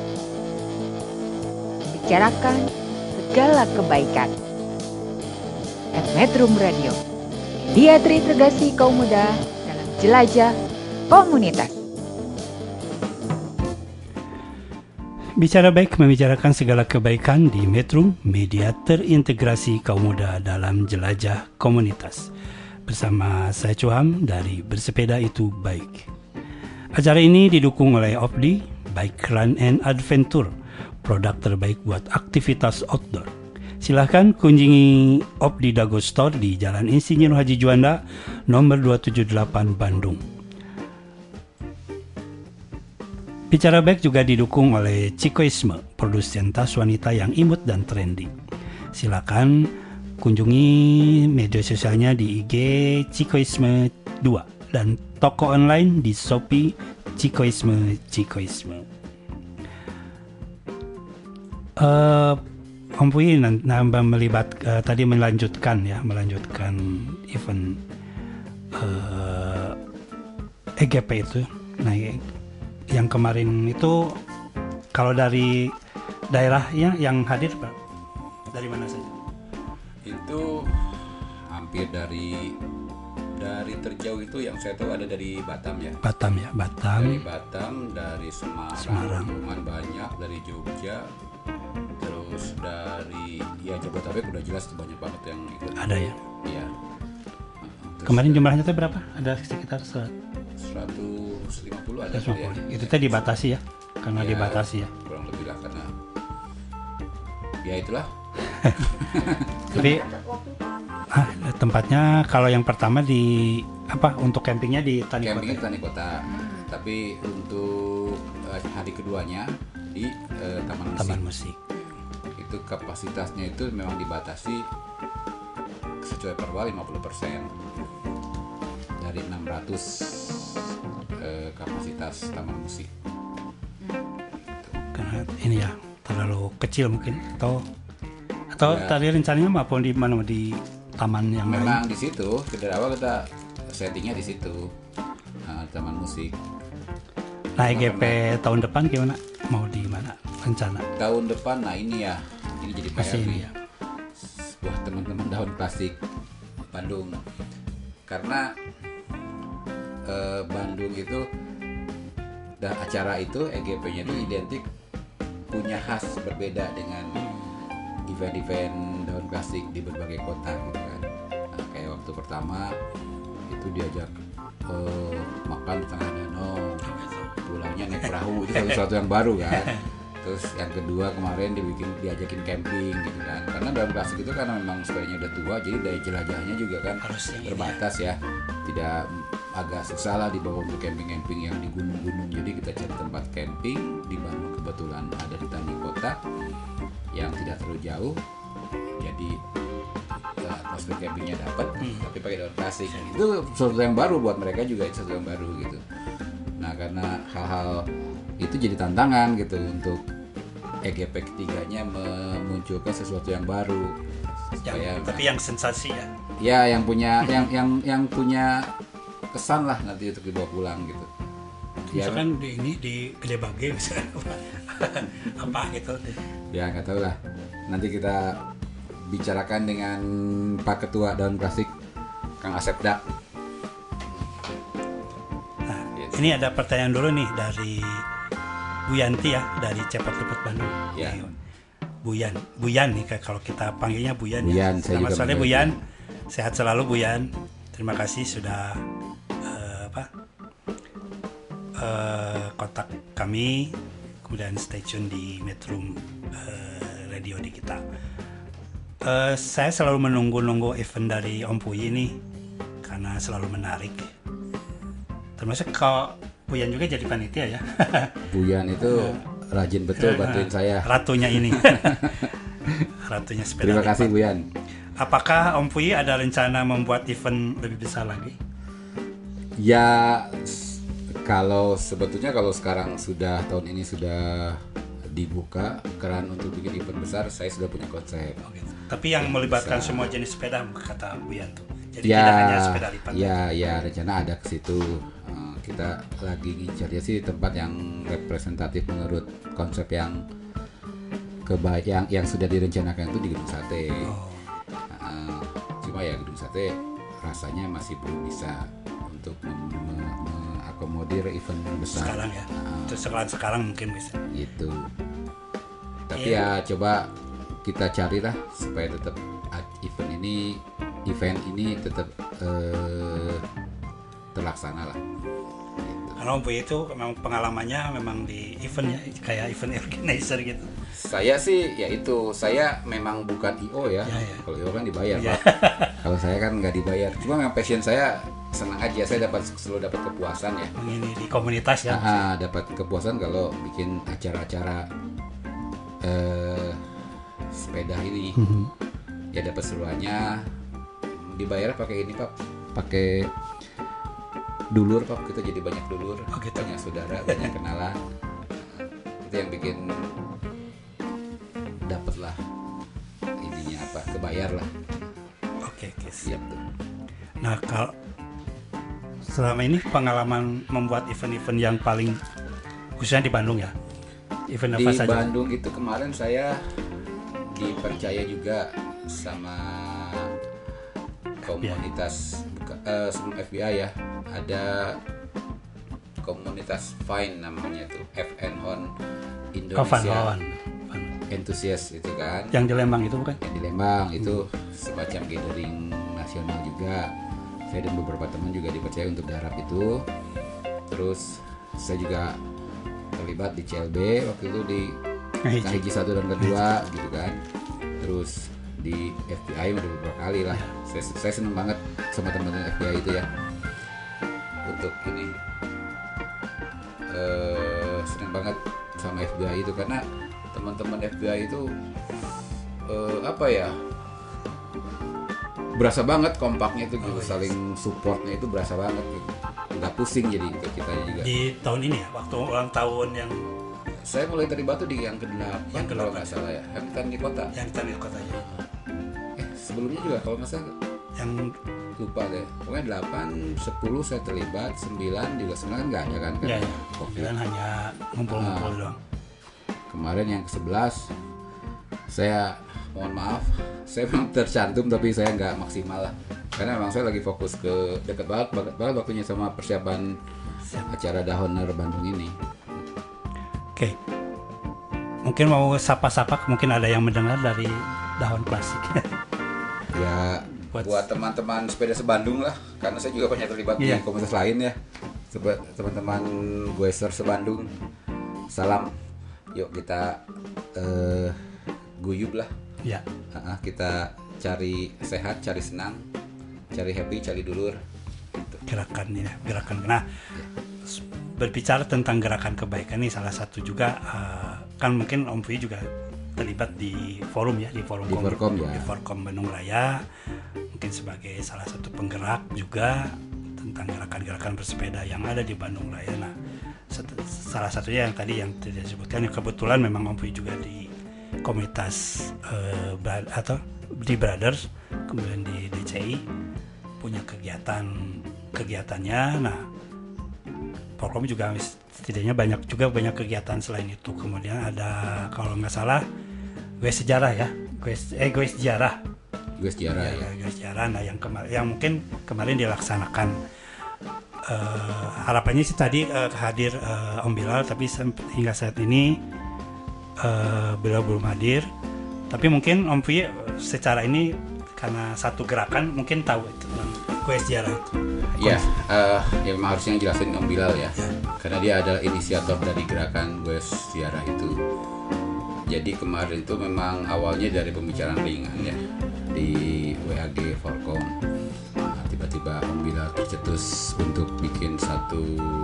Bicarakan segala kebaikan. At Metrum Radio, media terintegrasi kaum muda dalam jelajah komunitas. Bicara baik membicarakan segala kebaikan di Metrum, media terintegrasi kaum muda dalam jelajah komunitas. Bersama saya Cuham dari Bersepeda Itu Baik. Acara ini didukung oleh Opdi, Bike Run and Adventure, produk terbaik buat aktivitas outdoor. Silahkan kunjungi Opdi Dago Store di Jalan Insinyur Haji Juanda, nomor dua tujuh delapan Bandung. Bicara Baik juga didukung oleh Cikoisme, produsen tas wanita yang imut dan trendy. Silakan kunjungi media sosialnya di I G Cikoisme dua dan toko online di Shopee Cikoisme Cikoisme. Uh, Om Puyi nambah melibat uh, tadi melanjutkan ya, melanjutkan event uh, E G P itu. Nah, yang kemarin itu kalau dari daerahnya yang hadir Pak, dari mana saja? Itu hampir dari dari terjauh itu yang saya tahu ada dari Batam ya. Batam ya, Batam. Dari Batam, dari Semarang, Semarang. lumayan banyak, dari Jogja, terus dari ya Jabodetabek udah jelas banyak banget yang ikut. Ada ya. Iya. Terus Kemarin jumlahnya tuh berapa? Ada sekitar seratus lima puluh ada seratus lima ya. puluh. Itu teh dibatasi ya, karena Ya, dibatasi ya. kurang lebih lah karena ya itulah. Tapi ah, tempatnya kalau yang pertama di apa untuk campingnya di Tani Campingnya di Kota. Tani Kota. Tapi untuk eh, hari keduanya di eh, Taman Musik. Taman Musik. Itu kapasitasnya itu memang dibatasi sesuai perwa lima puluh persen dari enam ratus eh, kapasitas Taman Musik. Karena ini ya terlalu kecil mungkin atau atau Ya. tadi rencananya maupun di mana di taman yang Memang lain. di situ dari awal kita settingnya di situ, nah, Taman Musik. Nah, E G P tahun depan gimana? Mau di mana rencana? Tahun depan, nah ini ya, ini jadi P R Masih ini nih. ya. Buat teman-teman daun plastik Bandung, karena eh, Bandung itu dah acara itu E G P-nya itu identik punya khas berbeda dengan event-event daun plastik di berbagai kota gitu kan. Nah, kayak waktu pertama itu diajak eh, makan di tengah danau, pulangnya naik perahu, itu sesuatu yang baru kan. Terus yang kedua kemarin dibikin diajakin camping gitu kan, karena daun plastik itu karena memang sepedanya udah tua, jadi daya jelajahnya juga kan Harusnya terbatas ya, tidak agak susah lah dibawa untuk camping-camping yang di gunung-gunung. Jadi kita cari tempat camping di Bandung, kebetulan ada di Tani Kota yang tidak terlalu jauh, jadi uh, atmosfer campingnya dapat, tapi pakai daun plastik. Itu sesuatu yang baru buat mereka juga, itu sesuatu yang baru gitu. Nah karena hal-hal itu jadi tantangan gitu untuk E G P ketiganya memunculkan sesuatu yang baru. Yang, tapi yang sensasi ya. Ya yang punya yang yang yang punya kesan lah nanti untuk dibawa pulang gitu. Ya, Misalkan di ini di Gede Bage misalnya apa, apa gitu. ya nggak tahu lah. Nanti kita bicarakan dengan Pak Ketua Daun Plastik, Kang Asep Dak. Nah, Yes. ini ada pertanyaan dulu nih dari Bu Yanti ya, dari Cepat Cepet Bandung. Ya. Nih, Bu Yan, Bu Yan nih kalau kita panggilnya Bu Yan. Bu ya. Yan, saya Selamat juga sore panggil Bu Bu Yan. Sehat selalu Bu Yan. Terima kasih sudah eh, apa? eh, kontak kami, kemudian stay tune di Metrum eh, Radio di kita. Eh, saya selalu menunggu-nunggu event dari Om Puyi nih karena selalu menarik. Termasuk kalau Bu Yan juga jadi panitia ya. Buyan itu rajin betul bantuin saya. Ratunya ini. Ratunya sepeda Terima kasih lipat. Buyan. Apakah Om Puyi ada rencana membuat event lebih besar lagi? Ya s- kalau sebetulnya kalau sekarang sudah tahun ini sudah dibuka keran untuk bikin event besar, saya sudah punya konsep. Oh, gitu. Tapi yang melibatkan Bisa. semua jenis sepeda kata Bu Yanto. Jadi Ya, tidak hanya sepeda lipat. ya, ya rencana ada ke situ. Uh, kita lagi ngincarnya sih tempat yang representatif menurut konsep yang kebaik yang yang sudah direncanakan itu di Gedung Sate. Oh. Uh, cuma ya Gedung Sate rasanya masih belum bisa untuk mengakomodir event besar. Sekarang ya. Uh, Terus sekarang sekarang mungkin bisa. gitu. Tapi Iya. ya coba kita carilah supaya tetap event ini event ini tetap eh, terlaksana lah. Gitu. Karena Om Puy itu memang pengalamannya memang di event ya, kayak event organizer gitu. Saya sih ya itu, saya memang bukan I O ya. Ya, ya. Kalau I O kan dibayar, Ya. Pak. Kalau saya kan nggak dibayar. Cuma memang passion saya senang aja, saya dapat selalu dapat kepuasan ya. Ini di komunitas ya. Ah, dapat kepuasan kalau bikin acara-acara eh, sepeda ini. Ya dapat seruannya. Dibayar pakai ini Pak, pakai dulur Pak, kita jadi banyak dulur, Oh, gitu. banyak saudara, banyak kenalan. Itu yang bikin dapet lah ininya apa, kebayar lah. Oke, oke. Siap tuh. Nah, kalau selama ini pengalaman membuat event-event yang paling khususnya di Bandung ya. Event Di apa saja? Bandung itu kemarin saya dipercaya juga sama komunitas buka, eh, sebelum F B I ya, ada komunitas Fine namanya tuh, F N Hon Oh, Van Indonesia Lawan. Enthusiast itu kan. Yang di Lembang itu bukan? Yang di Lembang itu semacam gathering nasional juga. Saya dan beberapa teman juga dipercaya untuk garap itu. Terus saya juga terlibat di C L B waktu itu di Kahiji satu dan kedua gitu kan. Terus di F B I udah beberapa kali lah. Saya, saya seneng banget sama teman-teman F B I itu ya. Untuk ini eh seneng banget sama F B I itu karena teman-teman F B I itu eh, apa ya, berasa banget kompaknya itu gitu, Oh, yes. saling supportnya itu berasa banget gitu, nggak pusing jadi ke kita juga. Di tahun ini ya, waktu ulang tahun yang Saya mulai terlibat tuh di yang kedelapan Yang kalau kedelapan. nggak salah ya, Hamilton di kota. yang kita lihat kotanya, Eh sebelumnya juga kalau nggak salah yang lupa deh, pokoknya delapan, sepuluh saya terlibat, sembilan juga sebenarnya nggak ada kan kan. ya, ya. Covid. Kalian hanya ngumpul-ngumpul Ah. doang. Kemarin yang ke sebelas saya mohon maaf, saya memang tercantum tapi saya nggak maksimal lah karena memang saya lagi fokus ke deket banget banget, banget waktunya sama persiapan acara Dahoner Bandung ini. Oke, mungkin mau sapa-sapa, mungkin ada yang mendengar dari Dahon Klasik. Ya Buat- buat, teman-teman sepeda sebandung lah, karena saya juga banyak terlibat Iya. di komunitas lain ya. Sebe- teman-teman Gueser sebandung, salam, yuk kita eh, guyub lah. Ya, Ah, ah, kita cari sehat, cari senang, cari happy, cari dulur. Gitu. gerakan ini, gerakan. Nah, s- berbicara tentang gerakan kebaikan ini salah satu juga eh, kan mungkin Om Puy juga terlibat di forum ya, di forum Di Kom- Forkom, ya. di Forkom Bandung Raya, mungkin sebagai salah satu penggerak juga tentang gerakan-gerakan bersepeda yang ada di Bandung Raya. Nah, set- salah satunya yang tadi yang tidak disebutkan, yang kebetulan memang Om Puy juga di komunitas eh, Bra- atau di Brothers, kemudian di D C I punya kegiatan kegiatannya. Nah, Forkom juga setidaknya banyak juga banyak kegiatan selain itu. Kemudian ada kalau nggak salah gue sejarah ya, gue eh gue sejarah, Gue sejarah ya, ya. gue sejarah. Nah, yang kemarin yang mungkin kemarin dilaksanakan. Eh, harapannya sih tadi eh, hadir eh, Om Bilal, tapi sem- hingga saat ini eh, beliau belum hadir. Tapi mungkin Om Puy eh, secara ini karena satu gerakan mungkin tahu itu tentang gue sejarah itu. Ya, eh, ya memang harusnya jelasin Om Bilal ya, karena dia adalah inisiator dari gerakan Gue Sejarah itu. Jadi kemarin itu memang awalnya dari pembicaraan ringan ya di W A G Forkom. Nah, tiba-tiba Om Bilal tercetus untuk bikin satu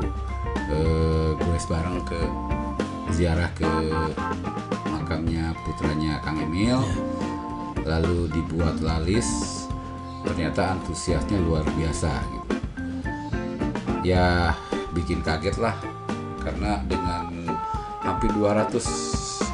eh, goes bareng ke ziarah ke makamnya putranya Kang Emil. Lalu dibuat lalis, ternyata antusiasnya luar biasa gitu. Ya bikin kaget lah, karena dengan hampir dua ratus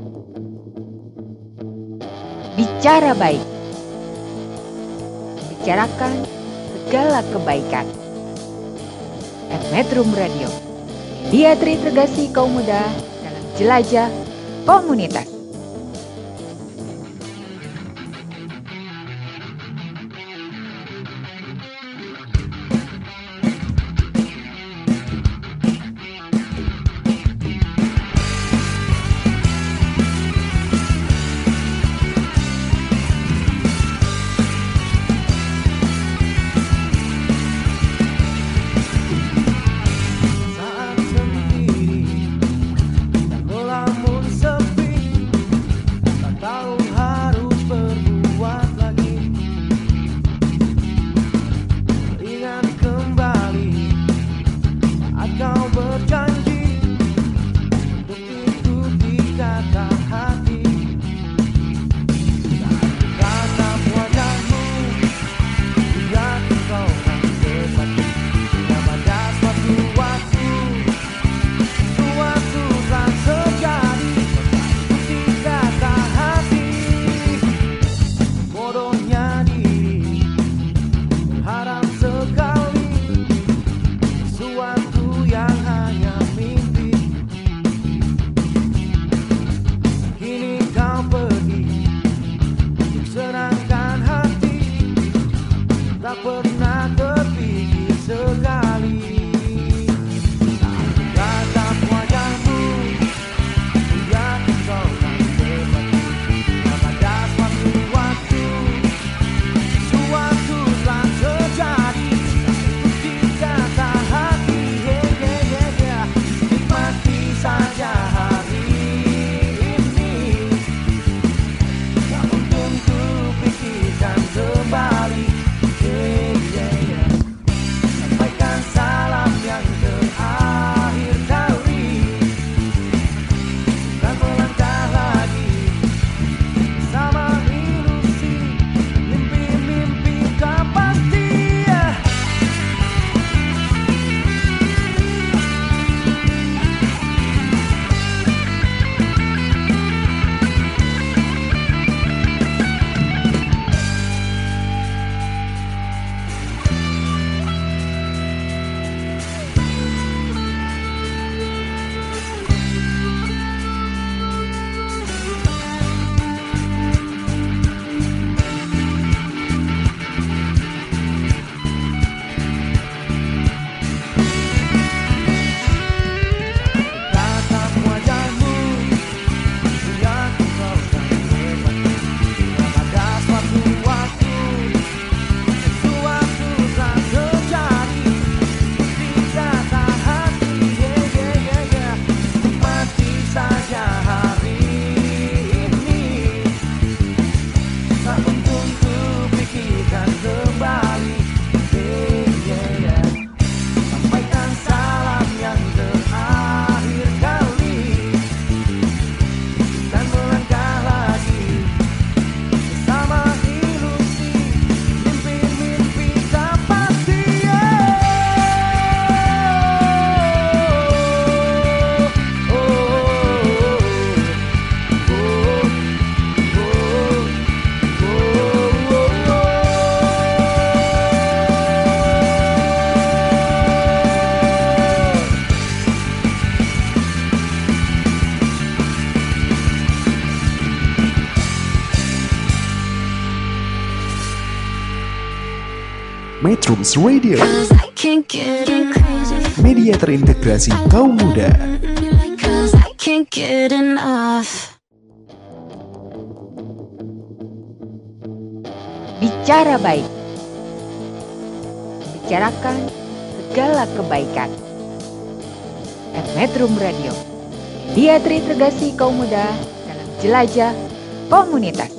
Bye. bicara baik, membicarakan segala kebaikan. At Metrum Radio, media terintegrasi kaum muda dalam jelajah komunitas. Metrums Radio, media terintegrasi kaum muda. Bicara baik, bicarakan segala kebaikan. At Metrum Radio, media terintegrasi kaum muda dalam jelajah komunitas.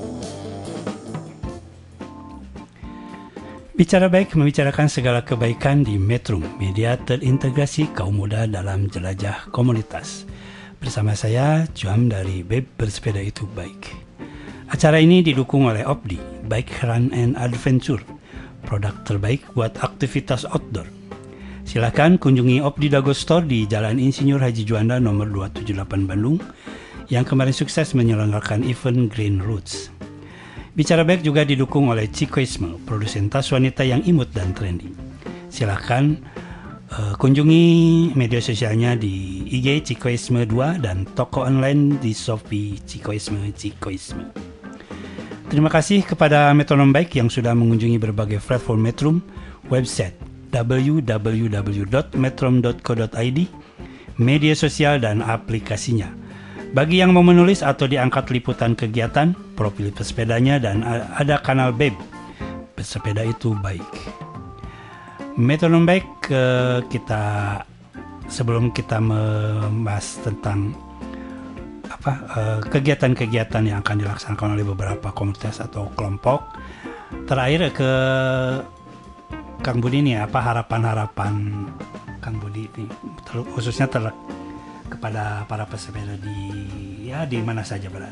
Bicara baik, membicarakan segala kebaikan di Metrum, media terintegrasi kaum muda dalam jelajah komunitas. Bersama saya, Juam dari Beb Bersepeda Itu Baik. Acara ini didukung oleh Opdi, Bike Run and Adventure, produk terbaik buat aktivitas outdoor. Silakan kunjungi Opdi Dago Store di Jalan Insinyur Haji Juanda nomor dua tujuh delapan Bandung, yang kemarin sukses menyelenggarakan event Green Roots. Bicara Baik juga didukung oleh Cikoisme, produsen tas wanita yang imut dan trendy. Silakan uh, kunjungi media sosialnya di I G Cikoisme dua dan toko online di Shopee Cikoisme Cikoisme. Terima kasih kepada Metronom Baik yang sudah mengunjungi berbagai platform Metrum, website w w w dot metrum dot co dot i d, media sosial dan aplikasinya. Bagi yang mau menulis atau diangkat liputan kegiatan, profil pesepedanya, dan ada kanal B E B, pesepeda itu baik. Metronom Baik, eh, kita sebelum kita membahas tentang apa eh, kegiatan-kegiatan yang akan dilaksanakan oleh beberapa komunitas atau kelompok, terakhir ke Kang Budi nih, apa harapan-harapan Kang Budi ini, khususnya ter kepada para pesepeda di ya di mana saja berada.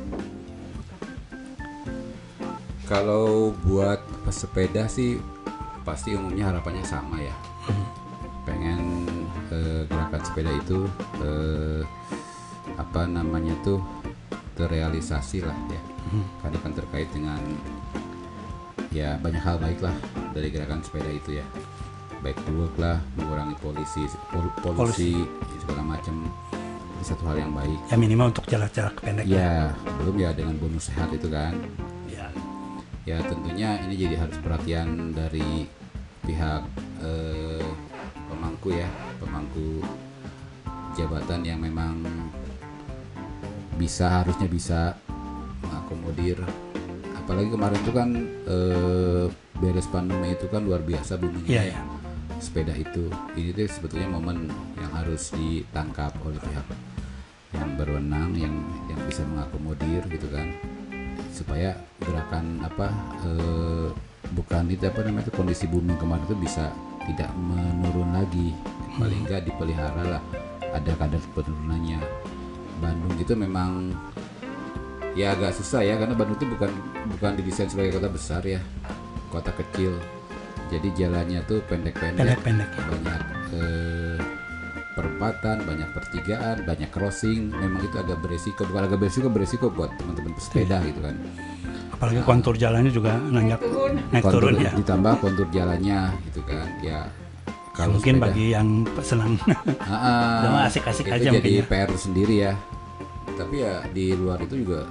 Kalau buat pesepeda sih pasti umumnya harapannya sama ya. Hmm. Pengen eh, gerakan sepeda itu eh, apa namanya tuh terrealisasi lah ya. Hmm. Karena kan terkait dengan ya banyak hal baik lah dari gerakan sepeda itu ya. Baik buruk lah, mengurangi polusi, pol- polusi, segala macam, itu satu hal yang baik. Ya minimal untuk jarak-jarak pendek. Ya, belum ya dengan bonus sehat itu kan. Ya. Ya tentunya ini jadi harus perhatian dari pihak eh, pemangku ya, pemangku jabatan yang memang bisa harusnya bisa mengakomodir. Apalagi kemarin itu kan eh, beres pandemi itu kan luar biasa boomingnya. Ya, ya. Sepeda itu, ini tuh sebetulnya momen yang harus ditangkap oleh pihak yang berwenang, yang yang bisa mengakomodir gitu kan, supaya gerakan apa eh, bukan itu apa namanya itu kondisi booming kemarin itu bisa tidak menurun lagi, paling nggak dipelihara lah, ada kadar penurunannya. Bandung itu memang ya agak susah ya, karena Bandung itu bukan bukan didesain sebagai kota besar ya, kota kecil. Jadi jalannya tuh pendek-pendek, pendek-pendek ya. Banyak eh, perempatan, banyak pertigaan, banyak crossing. Memang itu agak beresiko, bukan agak beresiko, beresiko buat teman-teman pesepeda ya. Gitu kan. Apalagi kontur jalannya juga naik turun, naik kontur, turun ya. Ditambah kontur jalannya gitu kan. Ya kalau mungkin sepeda, bagi yang senang, uh, asik-asik itu aja jadi mungkin. P R sendiri ya. Tapi ya di luar itu juga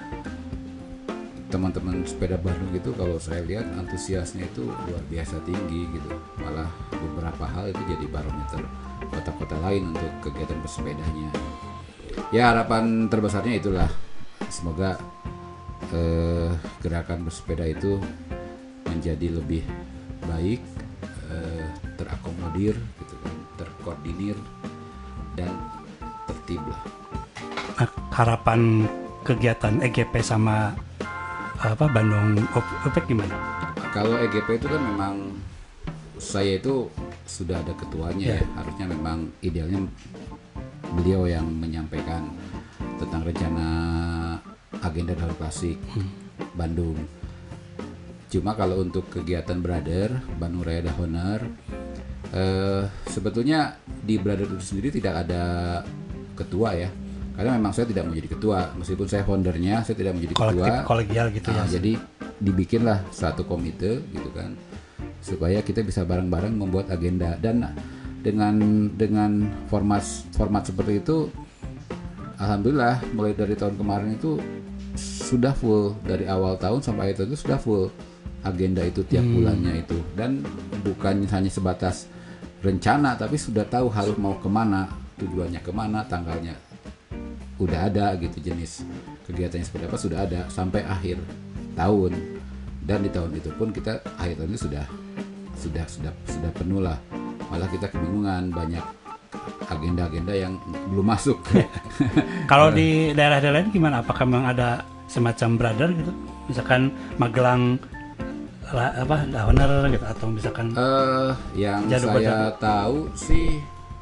teman-teman sepeda Bandung itu kalau saya lihat antusiasnya itu luar biasa tinggi gitu. Malah beberapa hal itu jadi barometer kota-kota lain untuk kegiatan bersepedanya. Ya harapan terbesarnya itulah, semoga eh, gerakan bersepeda itu menjadi lebih baik, eh, terakomodir gitu kan, terkoordinir dan tertib lah. Nah, harapan kegiatan E G P sama apa Bandung O P E C gimana? Kalau E G P itu kan memang saya itu sudah ada ketuanya yeah. ya, harusnya memang idealnya beliau yang menyampaikan tentang rencana agenda Dahulu Klasik hmm. Bandung. Cuma kalau untuk kegiatan Brother Bandung Raya Dahoner, eh, sebetulnya di Brother itu sendiri tidak ada ketua ya. Karena memang saya tidak mau jadi ketua, meskipun saya foundernya, saya tidak mau jadi ketua. Kolektif, kolegial gitu nah, ya. Jadi dibikinlah satu komite gitu kan, supaya kita bisa bareng-bareng membuat agenda. Dan dengan dengan format format seperti itu, alhamdulillah mulai dari tahun kemarin itu sudah full, dari awal tahun sampai akhir tahun itu sudah full agenda itu tiap hmm. bulannya itu. Dan bukan hanya sebatas rencana, tapi sudah tahu harus mau kemana, tujuannya kemana, tanggalnya udah ada gitu, jenis kegiatannya seperti apa sudah ada sampai akhir tahun. Dan di tahun itu pun kita akhir tahun itu sudah sudah sudah sudah penuh lah, malah kita kebingungan, banyak agenda-agenda yang belum masuk. Kalau di daerah-daerah lain gimana, apakah memang ada semacam Brother gitu, misalkan Magelang apa Dahoner gitu, atau misalkan uh, yang saya tahu sih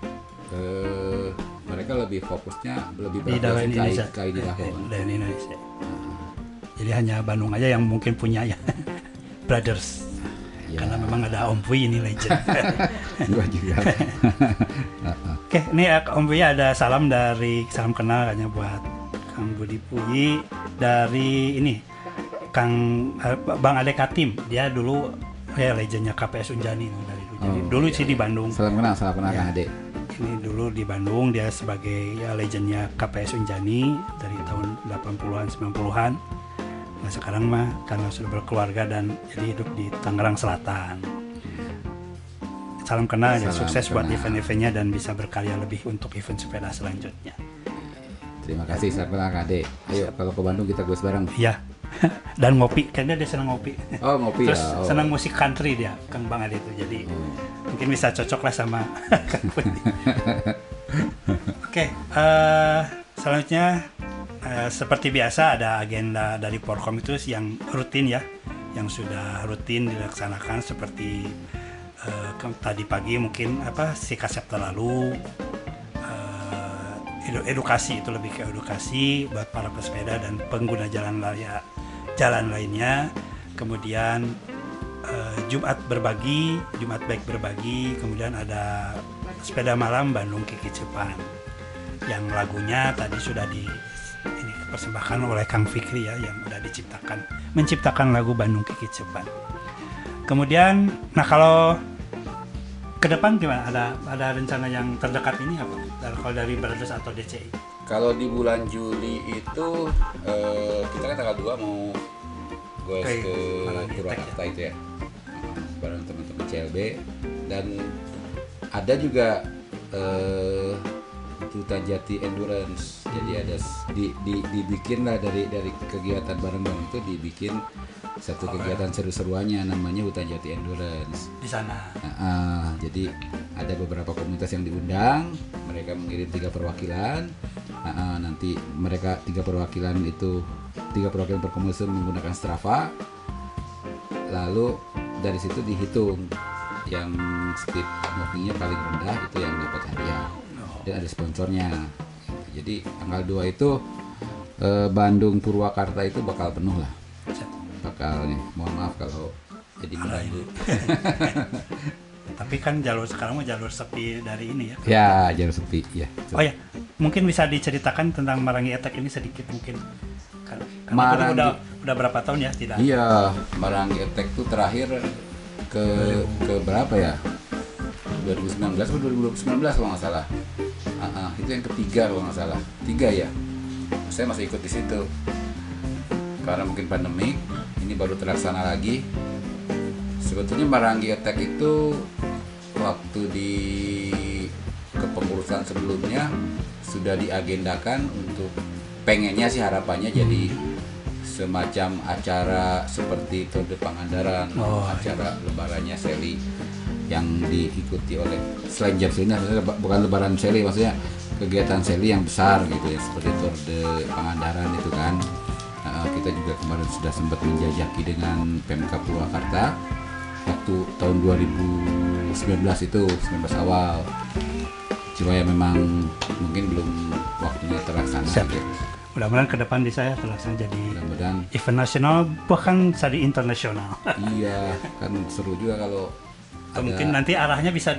uh, mereka lebih fokusnya lebih berfokus ke I D Dahon. Dan Indonesia. Jadi hanya Bandung aja yang mungkin punya ya Brothers. Ya. Karena memang ada Om Pui ini legend. Gua juga. Oke, ini Om Pui ada salam dari salam kenal hanya buat Kang Budi Pui dari ini Kang uh, Bang Ade Katim, dia dulu ya legendnya K P S Unjani dari dulu. Jadi Oh, dulu iya, sih di Bandung. Salam kenal, salam kenal Ya. Kang Ade. Ini dulu di Bandung, dia sebagai ya legendnya K P S Unjani dari tahun delapan puluhan sembilan puluhan. Nah sekarang mah karena sudah berkeluarga dan jadi hidup di Tangerang Selatan. Salam kenal ya, Salam sukses buat kenal. event-eventnya dan bisa berkarya lebih untuk event sepeda selanjutnya. Terima kasih, salam kenal Kang Ade. Ayo kalau ke Bandung kita goes bareng. Iya. Dan ngopi, kayaknya dia senang ngopi. Oh ngopi Terus ya. Oh. senang musik country dia, Kang Bang Ade itu. Jadi Oh. mungkin bisa cocok lah sama Kang Putih. Oke, eh, selanjutnya eh, seperti biasa ada agenda dari Porkom itu yang rutin ya, yang sudah rutin dilaksanakan seperti eh, ke- tadi pagi mungkin apa si kasep terlalu eh, edu- edukasi itu lebih ke edukasi buat para pesepeda dan pengguna jalan raya jalan lainnya. Kemudian eh, Jumat berbagi, Jumat baik berbagi. Kemudian ada sepeda malam Bandung Kiki Cepan yang lagunya tadi sudah di ini dipersembahkan oleh Kang Fikri ya, yang sudah diciptakan menciptakan lagu Bandung Kiki Cepan. Kemudian, nah kalau ke depan gimana? Ada ada rencana yang terdekat ini apa? Dari- Kalau dari Brothers atau D C I? Kalau di bulan Juli itu eh, kita kan tanggal dua mau goes Oke, ke malah di Purwakarta itu ya, bareng teman-teman C L B, dan ada juga eh, Hutan Jati Endurance. Jadi ada s- di, di, dibikin lah dari dari kegiatan bareng-bareng itu dibikin satu kegiatan seru-seruannya namanya Hutan Jati Endurance. Di sana. Nah, ah, jadi ada beberapa komunitas yang diundang, mereka mengirim tiga perwakilan. Nah, ah, nanti mereka tiga perwakilan itu tiga perwakilan per komunitas menggunakan Strava. Lalu dari situ dihitung yang speed walkingnya paling rendah itu yang dapat hadiah. Dan ada sponsornya. Jadi tanggal dua itu eh, Bandung Purwakarta itu bakal penuh lah. Bakal nih, mohon maaf kalau jadi mengganggu. Tapi kan jalur sekarang mah jalur sepi dari ini ya. Ya, jalur sepi ya. Oh ya, mungkin bisa diceritakan tentang Marangi Attack ini sedikit mungkin. Kan, karena Marangi- itu udah udah berapa tahun ya tidak? Iya, Marangi Attack tuh terakhir ke ke berapa ya? dua ribu sembilan belas atau dua ribu sembilan belas kalau nggak salah. Ah, ah, itu yang ketiga kalau nggak salah. Tiga ya. Saya masih ikut di situ. Karena mungkin pandemik, ini baru terlaksana lagi. Sebetulnya Marangi Attack itu waktu di kepengurusan sebelumnya sudah diagendakan untuk pengennya sih harapannya jadi semacam acara seperti Tour de Pangandaran, Oh, acara lebarannya Seli yang diikuti oleh selain Jersey, bukan lebaran Seli, maksudnya kegiatan Seli yang besar gitu ya, seperti Tour de Pangandaran itu kan. Nah, kita juga kemarin sudah sempat menjajaki dengan Pemkab Purwakarta waktu tahun dua ribu sembilan belas itu, sembilan belas awal. Cuma ya memang mungkin belum waktunya terlaksana. Siap. Gitu. Mudah-mudahan ke depan di saya terlaksana jadi Mudah-mudahan. event nasional bahkan jadi internasional. Iya, kan seru juga kalau Atau ada- mungkin nanti arahnya bisa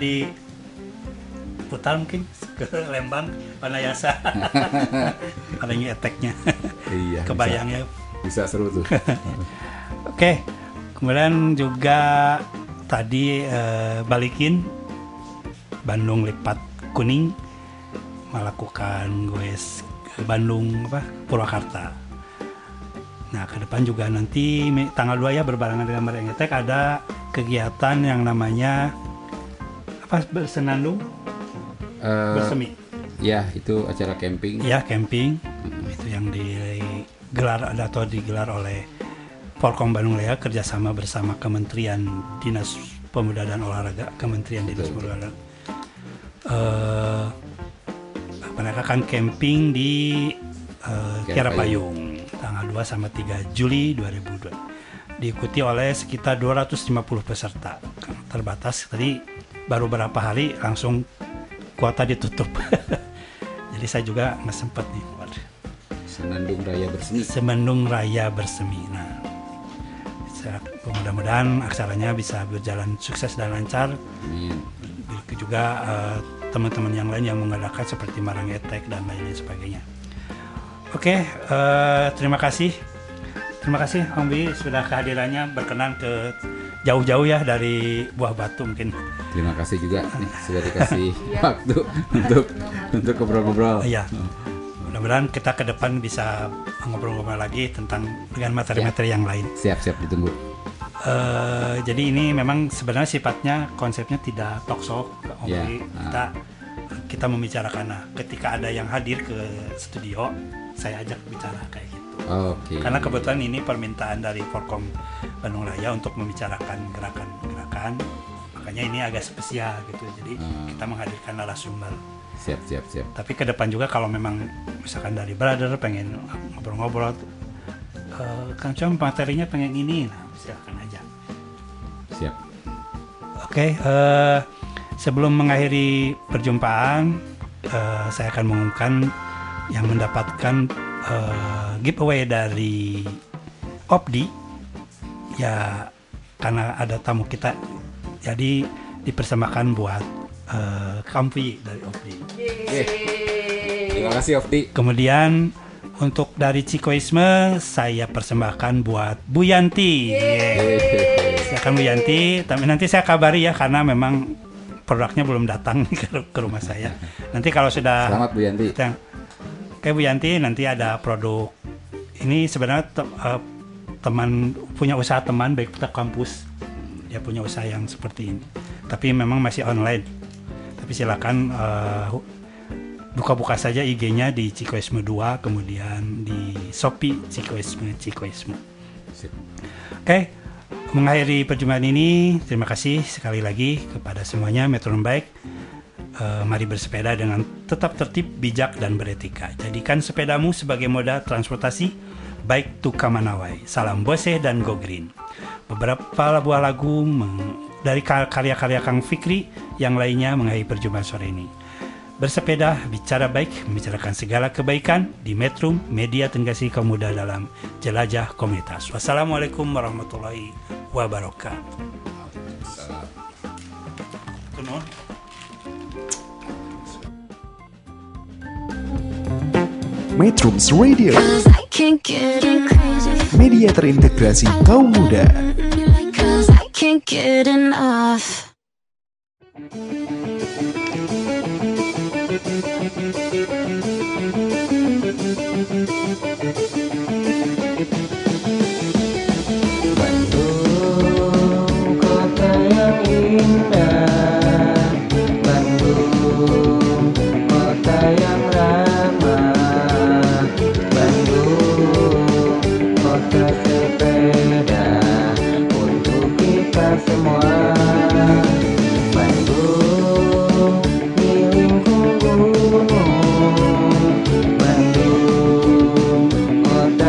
diputar mungkin ke Lembang, Panayasa. Marangi Attack-nya. Iya, Kebayang ya. bisa, bisa seru tuh. Oke, kemudian juga tadi eh, balikin Bandung Lipat Kuning melakukan goes ke Bandung apa Purwakarta. Nah, ke depan juga nanti me- tanggal dua ya berbarengan dengan Marangi Attack ada kegiatan yang namanya apa bersenandung Eh, bersemi. ya, itu acara camping. Ya, camping. Itu yang digelar atau digelar oleh Porkom Bandung Raya kerjasama bersama Kementerian Dinas Pemuda dan Olahraga, Kementerian Dinas Betul, Pemuda dan Olahraga. Eh, mereka akan camping di eh, Kiara Kiara Payung tanggal dua sampai tiga Juli dua ribu dua. Diikuti oleh sekitar dua ratus lima puluh peserta. Terbatas tadi baru berapa hari langsung kuota ditutup. Jadi saya juga nggak sempat nih. Waduh. Senandung Raya Bersemi. Semendung Raya Bersemi. Nah, saya- mudah-mudahan acaranya bisa berjalan sukses dan lancar. Amin. Begitu juga eh, teman-teman yang lain yang mengadakan seperti Marangi Attack dan lain-lain sebagainya. Oke, eh, terima kasih. Terima kasih Om Bi sudah kehadirannya berkenan ke jauh-jauh ya dari Buah Batu mungkin. Terima kasih juga nih sudah dikasih waktu untuk untuk ngobrol-ngobrol. Iya. Mudah-mudahan kita ke depan bisa ngobrol-ngobrol lagi tentang dengan materi-materi yang lain. Siap-siap ditunggu. Uh, jadi ini memang sebenarnya sifatnya konsepnya tidak talk show, Om Ya, Bi. Kita kita membicarakan. Nah, ketika ada yang hadir ke studio, saya ajak bicara kayak gitu. Oke. Karena kebetulan ini permintaan dari Forkom Bandung Raya untuk membicarakan gerakan-gerakan, makanya ini agak spesial gitu. Jadi Hmm. kita menghadirkan narasumber. Siap, siap, siap. Tapi ke depan juga kalau memang misalkan dari brother pengen ngobrol-ngobrol, uh, Kang Com materinya pengen ini, nah silakan aja. Siap. Oke, uh, sebelum mengakhiri perjumpaan, uh, saya akan mengumumkan yang mendapatkan uh, giveaway dari Opdi. Ya, karena ada tamu kita, jadi dipersembahkan buat uh, Kampi dari Opdi. Terima kasih Opti. Kemudian untuk dari Cikoisme saya persembahkan buat Bu Yanti. Silakan Bu Yanti. Tapi nanti saya kabari ya karena memang produknya belum datang ke, ke rumah saya. Nanti kalau sudah. Selamat Bu Yanti. Oke Bu Yanti, nanti ada produk. Ini sebenarnya te, uh, teman punya usaha teman baik kita kampus. Dia punya usaha yang seperti ini. Tapi memang masih online. Tapi silakan uh, buka-buka saja I G-nya di Cikoisme dua, kemudian di Shopee Cikoisme Cikoisme. Oke, okay. Mengakhiri perjumpaan ini, terima kasih sekali lagi kepada semuanya metronom baik. Uh, mari bersepeda dengan tetap tertib, bijak dan beretika. Jadikan sepedamu sebagai moda transportasi baik to Kamanawai. Salam Bose dan Go Green. Beberapa buah lagu meng- dari karya-karya Kang Fikri yang lainnya mengakhiri perjumpaan sore ini. Bersepeda, bicara baik, membicarakan segala kebaikan di Metrum Media Terintegrasi Kaum Muda dalam Jelajah Komunitas. Wassalamualaikum warahmatullahi wabarakatuh. Tunun. Metrums Radio, media terintegrasi kaum muda. Can't get enough. Bandung, kota yang indah. Bandung, kota yang ramah. Bandung, kota sepeda untuk kita semua. Bandung, milingkung gunung. Bandung, kota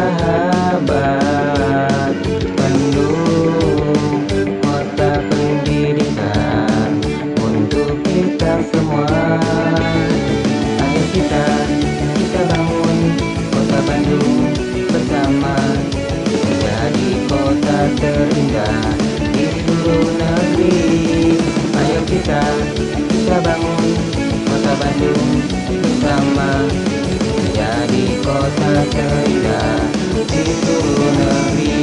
sahabat. Bandung, kota pendidikan untuk kita semua. Ayo kita, kita bangun kota Bandung bersama, menjadi kota terindah di seluruh negeri. Ayo kita, kita bangun kota Bandung bersama, menjadi kota terindah di seluruh negeri.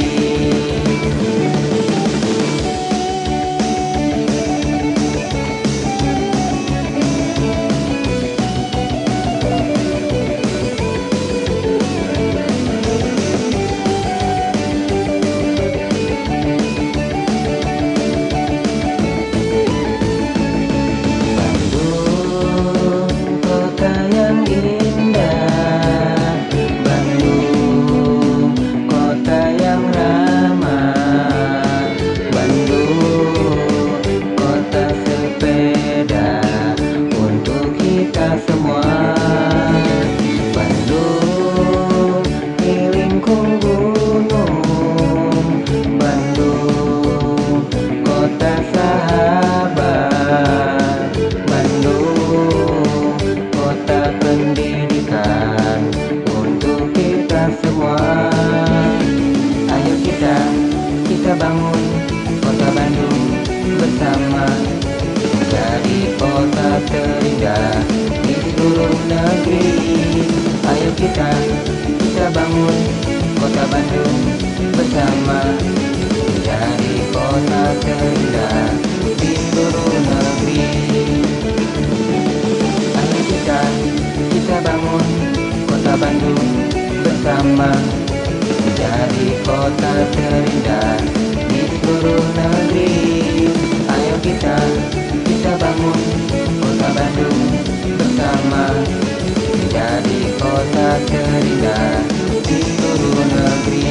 Bandung, kota yang indah. Bandung, kota yang ramah. Bandung, kota sepeda untuk kita semua. Bandung, milingkung gunung. Bandung, kota sahabat. Bandung, kota pendidikan untuk kita semua. Ayo kita, kita bangun kota Bandung bersama, menjadi kota terindah di seluruh negeri. Ayo kita, kita bangun kota Bandung bersama menjadi kota terindah di seluruh negeri. Ayo kita, kita bangun kota Bandung bersama menjadi kota terindah di seluruh negeri. Ayo kita, kita bangun kota Bandung bersama menjadi kota terindah di seluruh negeri.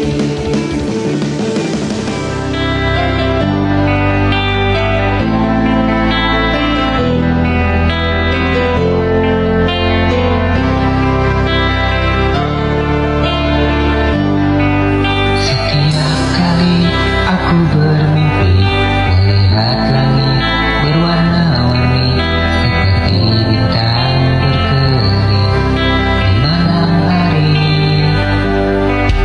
Setiap kali aku bermimpi melihat langit berwarna-warni seperti bintang berkelip di malam hari.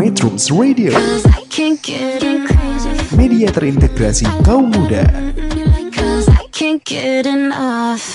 Metrums Radio, Cause I can't get enough. media terintegrasi kaum muda. Cause I can't get enough.